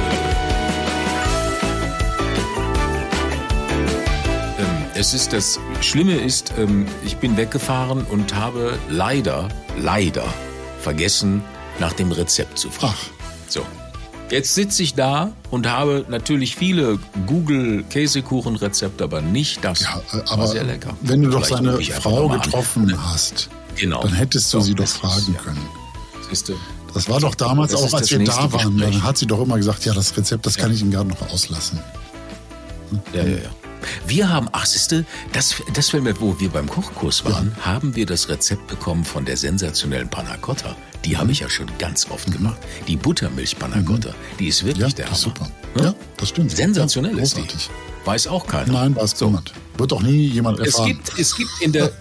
[SPEAKER 2] Das Schlimme ist, ich bin weggefahren und habe leider vergessen, nach dem Rezept zu fragen. So. Jetzt sitze ich da und habe natürlich viele Google-Käsekuchen-Rezepte, aber nicht das.
[SPEAKER 3] Ja, aber
[SPEAKER 2] war sehr lecker.
[SPEAKER 3] Wenn du doch seine Frau getroffen hast, dann hättest du sie doch fragen können. Siehste? Das war doch damals auch, als wir da waren. Dann hat sie doch immer gesagt, ja, das Rezept, das kann ich Ihnen gerade noch auslassen.
[SPEAKER 2] Ja. Wir haben, siehste, das fällt mir, wo wir beim Kochkurs waren, haben wir das Rezept bekommen von der sensationellen Panna Cotta. Die habe ich ja schon ganz oft gemacht. Die Buttermilch-Panna Cotta, die ist wirklich der Hammer.
[SPEAKER 3] Super. Ja, das stimmt.
[SPEAKER 2] Sensationell ist die. Weiß auch keiner.
[SPEAKER 3] Nein, weiß niemand. Wird auch nie jemand erfahren.
[SPEAKER 2] Es gibt in der...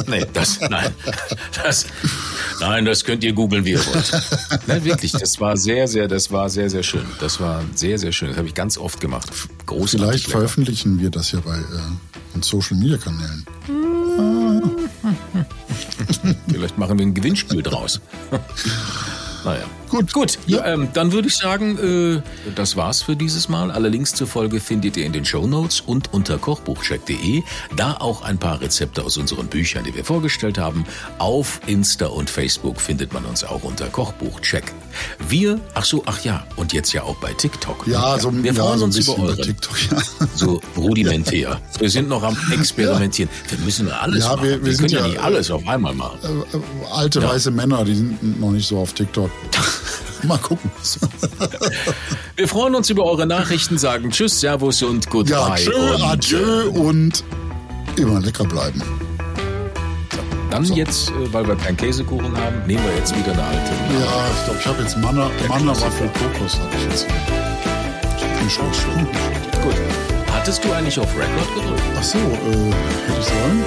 [SPEAKER 2] Nein, das könnt ihr googeln, wie ihr wollt. Nein, wirklich, das war sehr, sehr schön. Das war sehr, sehr schön. Das habe ich ganz oft gemacht. Großartig.
[SPEAKER 3] Vielleicht veröffentlichen wir das ja bei Social-Media-Kanälen.
[SPEAKER 2] Vielleicht machen wir ein Gewinnspiel draus. Naja. Gut. Ja. Dann würde ich sagen, das war's für dieses Mal. Alle Links zur Folge findet ihr in den Shownotes und unter kochbuchcheck.de. Da auch ein paar Rezepte aus unseren Büchern, die wir vorgestellt haben. Auf Insta und Facebook findet man uns auch unter Kochbuchcheck. Und jetzt ja auch bei TikTok.
[SPEAKER 3] Ja,
[SPEAKER 2] wir freuen uns über eure.
[SPEAKER 3] TikTok,
[SPEAKER 2] so rudimentär. Wir sind noch am Experimentieren. Wir müssen alles machen. Wir können ja nicht alles auf einmal machen.
[SPEAKER 3] Alte weiße Männer, die sind noch nicht so auf TikTok. Mal gucken.
[SPEAKER 2] Wir freuen uns über eure Nachrichten, sagen Tschüss, Servus und Goodbye.
[SPEAKER 3] Ja, tschö, adieu und immer lecker bleiben.
[SPEAKER 2] Dann jetzt, weil wir keinen Käsekuchen haben, nehmen wir jetzt wieder eine alte.
[SPEAKER 3] Ja, ich glaube, ich habe jetzt Manna-Waffel Kokos, habe ich jetzt. Ich bin schon.
[SPEAKER 2] Gut. Hattest du eigentlich auf Record gedrückt?
[SPEAKER 3] Ach so, hätte ich sollen?